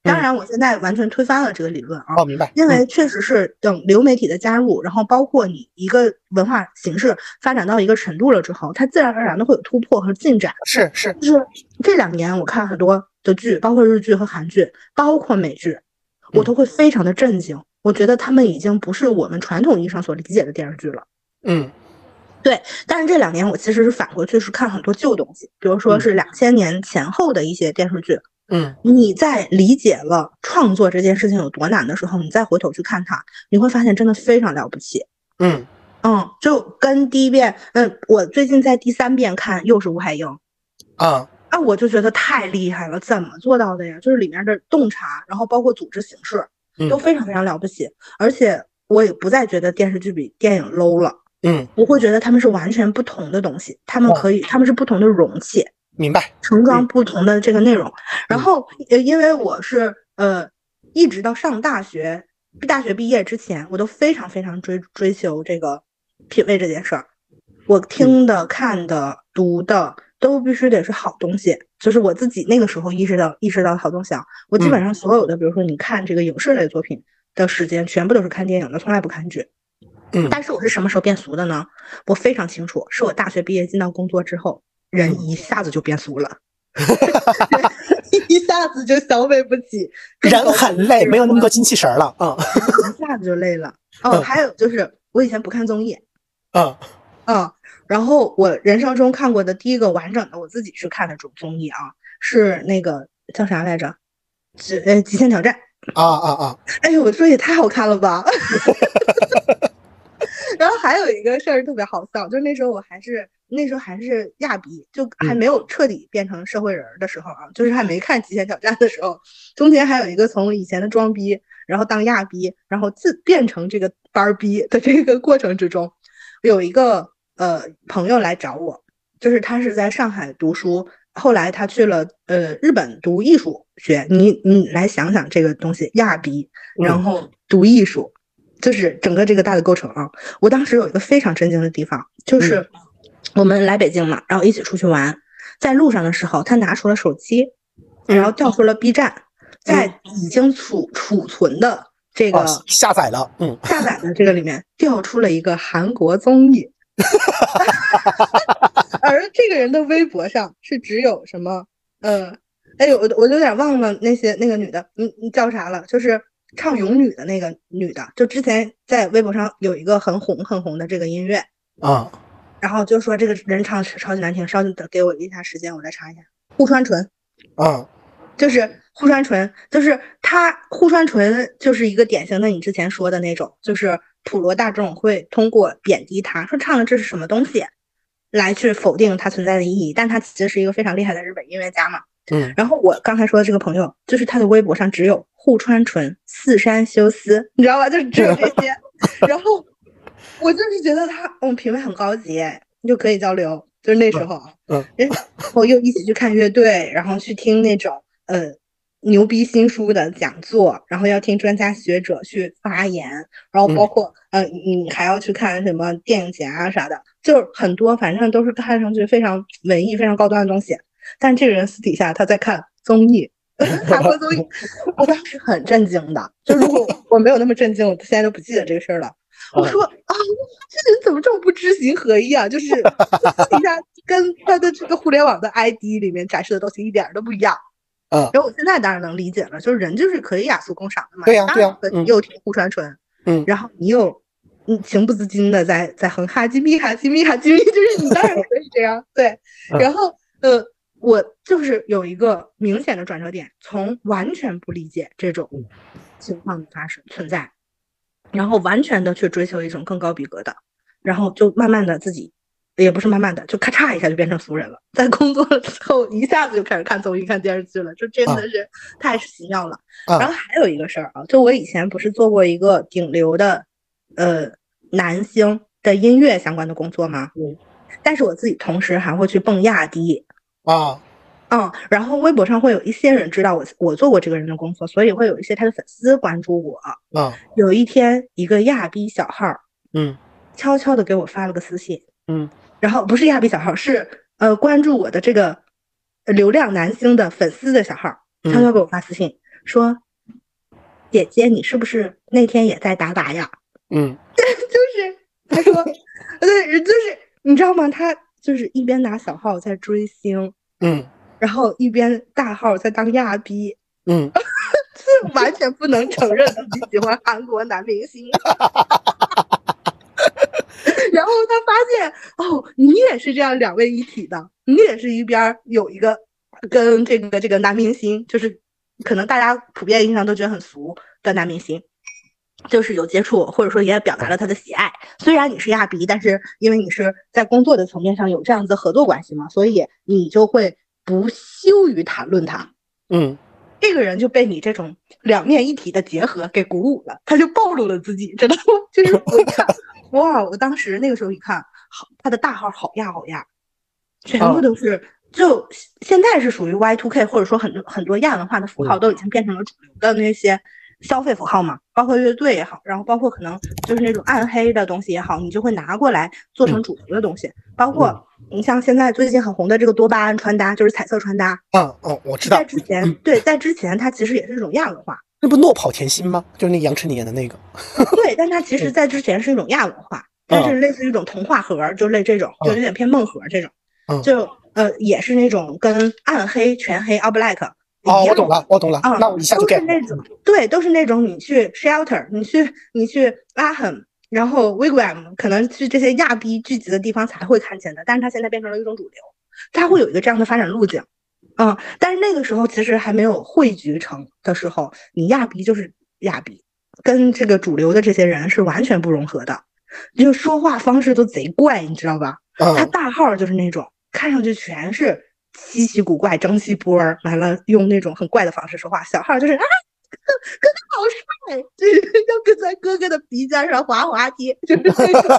当然，我现在完全推翻了这个理论啊。 哦，明白。 因为确实是等流媒体的加入，然后包括你一个文化形式发展到一个程度了之后，它自然而然的会有突破和进展。 是， 就是这2年我看很多的剧，包括日剧和韩剧，包括美剧，我都会非常的震惊。我觉得他们已经不是我们传统意义上所理解的电视剧了。对，但是这2年我其实是反过去是看很多旧东西，比如说是2000年前后的一些电视剧。你在理解了创作这件事情有多难的时候，你再回头去看它，你会发现真的非常了不起。就跟第一遍，我最近在第3遍看又是吴海英我就觉得太厉害了，怎么做到的呀？就是里面的洞察，然后包括组织形式都非常非常了不起。而且我也不再觉得电视剧比电影 low 了。我会觉得他们是完全不同的东西，他们是不同的容器， 明白， 盛装不同的这个内容。然后因为我是一直到上大学毕业之前，我都非常非常追求这个品味这件事儿。我听的、看的、读的都必须得是好东西，就是我自己那个时候意识到好东西啊。我基本上所有的，比如说你看这个影视类作品的时间，全部都是看电影的，从来不看剧。但是我是什么时候变俗的呢？我非常清楚，是我大学毕业进到工作之后，人一下子就变俗了。一下子就消费不起， 人很累，没有那么多精气神了。 一下子就累了。还有就是我以前不看综艺。然后我人生中看过的第一个完整的我自己去看的这种综艺是那个叫啥来着？极限挑战。哎呦，我说也太好看了吧！然后还有一个事儿特别好笑，就是那时候还是亚逼，就还没有彻底变成社会人的时候就是还没看极限挑战的时候，中间还有一个从以前的装逼，然后当亚逼，然后变成这个班逼的这个过程之中，有一个朋友来找我，就是他是在上海读书，后来他去了日本读艺术学。你来想想这个东西，亚逼，然后读艺术。就是整个这个大的构成我当时有一个非常震惊的地方，就是我们来北京嘛，然后一起出去玩，在路上的时候，他拿出了手机，然后调出了 B 站，在已经储存的这个下载的这个里面调出了一个韩国综艺，而这个人的微博上是只有什么我有点忘了那个女的，你叫啥了？就是唱咏女的那个女的，就之前在微博上有一个很红的这个音乐然后就说这个人唱超级难听，稍等给我一下时间，我再查一下。户川纯就是户川纯，就是户川纯就是一个典型的你之前说的那种，就是普罗大众会通过贬低他，说唱的这是什么东西，来去否定它存在的意义，但他其实是一个非常厉害的日本音乐家嘛。然后我刚才说的这个朋友，就是他的微博上只有户川纯、四山修斯，你知道吧？就是只有这些。然后我就是觉得他品味很高级，就可以交流。就是那时候然后又一起去看乐队，然后去听那种牛逼新书的讲座，然后要听专家学者去发言，然后包括你还要去看什么电影节啥的，就是很多反正都是看上去非常文艺、非常高端的东西。但这个人私底下他在看综艺，韩国综艺，我当时很震惊的。就如果我没有那么震惊，我现在都不记得这个事儿了。我说这人怎么这么不知行合一啊？就是私底下跟他的这个互联网的 ID 里面展示的东西一点都不一样。然后我现在当然能理解了，就是人就是可以雅俗共赏的嘛。 对呀， 你又听户川纯，然后你又情不自禁的在哼哈基米哈基米哈基米，就是你当然可以这样。对，然后我就是有一个明显的转折点，从完全不理解这种情况的存在，然后完全的去追求一种更高逼格的，然后就慢慢的自己也不是慢慢的，就咔嚓一下就变成俗人了。在工作了之后，一下子就开始看综艺、看电视剧了，就真的是太奇妙了。然后还有一个事儿就我以前不是做过一个顶流的男星的音乐相关的工作吗？但是我自己同时还会去蹦亚迪然后微博上会有一些人知道我做过这个人的工作，所以会有一些他的粉丝关注我有一天一个亚逼小号悄悄的给我发了个私信然后不是亚逼小号，是关注我的这个流量男星的粉丝的小号悄悄给我发私信说姐姐你是不是那天也在打呀？就是他说对，就是你知道吗？他就是一边拿小号在追星，然后一边大号在当亚逼，是完全不能承认自己喜欢韩国男明星。然后他发现哦，你也是这样两位一体的，你也是一边有一个跟这个男明星，就是可能大家普遍意义上都觉得很俗的男明星，就是有接触，或者说也表达了他的喜爱。虽然你是亚逼，但是因为你是在工作的层面上有这样子的合作关系嘛，所以你就会不羞于谈论他。这个人就被你这种两面一体的结合给鼓舞了，他就暴露了自己，知道吗？就是我一看，哇！我当时那个时候一看，好，他的大号好亚，全部都是，就现在是属于 Y2K， 或者说很多亚文化的符号都已经变成了主流的那些消费符号嘛，包括乐队也好，然后包括可能就是那种暗黑的东西也好，你就会拿过来做成主流的东西，包括你像现在最近很红的这个多巴胺穿搭，就是彩色穿搭。 我知道。 在之前，对，在之前它其实也是一种亚文化。 那不诺跑甜心吗？就是那杨丞琳演的那个。 对，但它其实在之前是一种亚文化，它是类似于一种童话盒，就类这种，就有点偏梦盒这种，就也是那种跟暗黑、全黑、all black。 我懂了。那我一下就 get 了。 都是那种，对，都是那种你去 shelter， 你去拉痕，然后 wigwam 可能去这些亚逼聚集的地方才会看见的，但是它现在变成了一种主流，它会有一个这样的发展路径。但是那个时候其实还没有汇聚成的时候，你亚逼就是亚逼，跟这个主流的这些人是完全不融合的，就说话方式都贼怪，你知道吧？他大号就是那种看上去全是稀奇古怪、蒸汽波，完了用那种很怪的方式说话。小号就是啊，哥哥好帅，就是要跟在哥哥的鼻尖上滑滑梯，就是那种。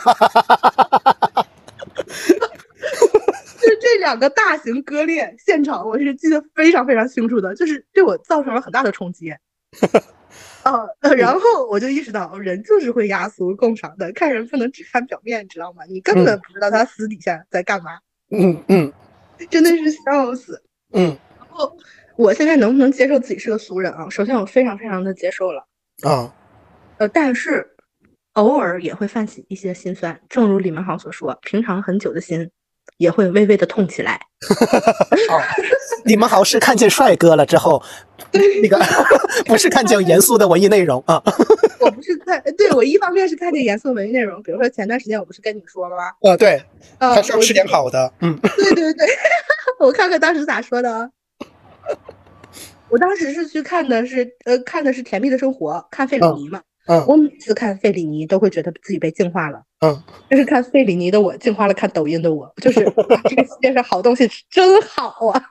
就是这两个大型割裂现场，我是记得非常非常清楚的，就是对我造成了很大的冲击。然后我就意识到，人就是会雅俗共赏的，看人不能只看表面，知道吗？你根本不知道他私底下在干嘛。真的是笑死。然后我现在能不能接受自己是个俗人啊？首先我非常非常的接受了但是偶尔也会泛起一些心酸，正如李文豪所说，平常很久的心也会微微的痛起来。 李文豪是看见帅哥了之后，那个不是看见严肃的文艺内容啊。 我不是看，对，我一方面是看见严肃文艺内容，比如说前段时间我不是跟你说了吗？ 对，他是要吃点好的。 对，我看看当时咋说的。我当时是去看的是《甜蜜的生活》，看费里尼嘛。我每次看费里尼都会觉得自己被净化了。就是看费里尼的我净化了看抖音的我，就是这个世界上好东西真好啊。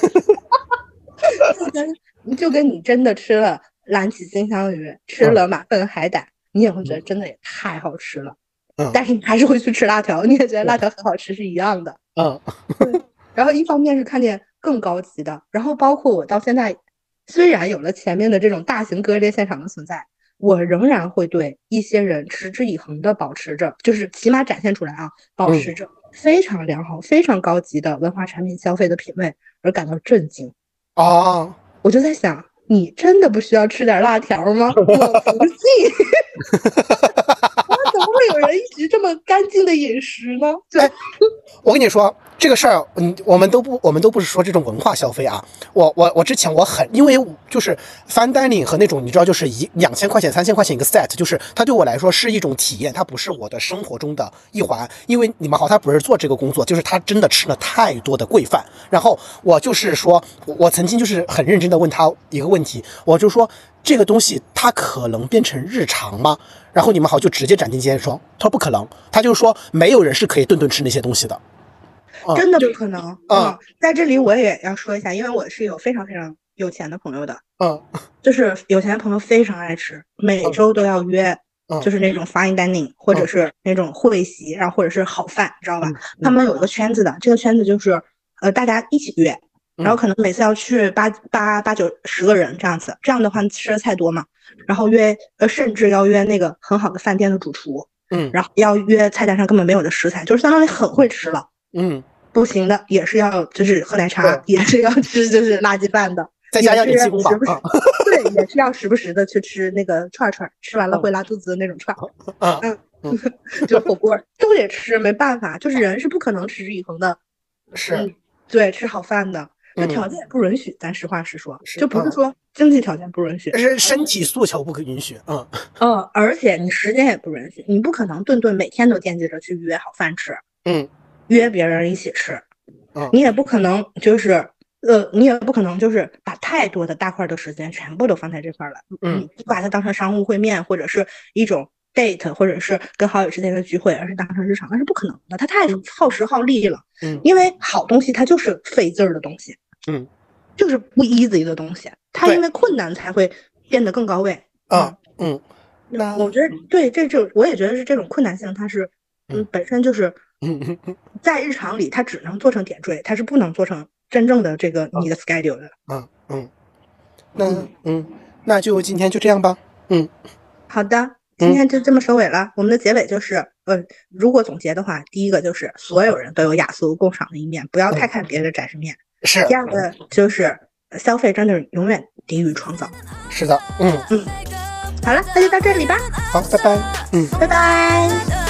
就跟你真的吃了蓝鳍金枪鱼，吃了马粪海胆，你也会觉得真的也太好吃了。但是你还是会去吃辣条，你也觉得辣条很好吃是一样的。然后一方面是看见更高级的，然后包括我到现在虽然有了前面的这种大型割裂现场的存在，我仍然会对一些人持之以恒的保持着，就是起码展现出来啊，保持着非常良好、非常高级的文化产品消费的品味而感到震惊。我就在想，你真的不需要吃点辣条吗？我不信。怎么会有人一直这么干净的饮食呢？ 我跟你说这个事儿，我们都不是说这种文化消费啊。我之前因为就是 fine dining 和那种你知道就是2000块钱3000块钱一个 set， 就是它对我来说是一种体验，它不是我的生活中的一环。因为李文豪他不是做这个工作，就是他真的吃了太多的贵饭。然后我就是说，我曾经就是很认真的问他一个问题，我就说这个东西它可能变成日常吗？然后李文豪就直接斩钉截铁说，他说不可能，他就说没有人是可以顿顿吃那些东西的。 真的不可能。在这里我也要说一下，因为我是有非常非常有钱的朋友的。就是有钱的朋友非常爱吃，每周都要约，就是那种 fine dining 或者是那种会席，然后或者是好饭，知道吧？他们有一个圈子的，这个圈子就是大家一起约，然后可能每次要去8、9、10个人这样子，这样的话吃的菜多嘛，然后约甚至要约那个很好的饭店的主厨，然后要约菜单上根本没有的食材，就是相当于很会吃了。不行的也是要就是喝奶茶，也是要吃就是垃圾饭的， 再加要点鸡公煲。对， 对，也是要时不时的去吃那个串串，吃完了会拉肚子的那种串。就火锅都得吃，没办法，就是人是不可能持之以恒的。 是， 对，吃好饭的，就条件也不允许，咱实话实说，就不是说经济条件不允许， 是身体诉求不可允许。 而且你时间也不允许，你不可能顿顿每天都惦记着去约好饭吃，约别人一起吃，你也不可能就是把太多的大块的时间全部都放在这块了，不把它当成商务会面或者是一种 date 或者是跟好友之间的聚会，而是当成日常，那是不可能的，它太耗时耗力了。因为好东西它就是费劲儿的东西，就是不 easy 的东西，它因为困难才会变得更高位。那我觉得对，我也觉得是这种困难性，它是本身就是在日常里它只能做成点缀，它是不能做成真正的这个你的 schedule 的。 那就今天就这样吧。 好的，今天就这么收尾了。我们的结尾就是如果总结的话，第一个就是所有人都有雅俗共赏的一面，不要太看别人的展示面。 是。 第二个就是消费真的永远低于创造。 是的。 好了，那就到这里吧。 好，拜拜。 拜拜。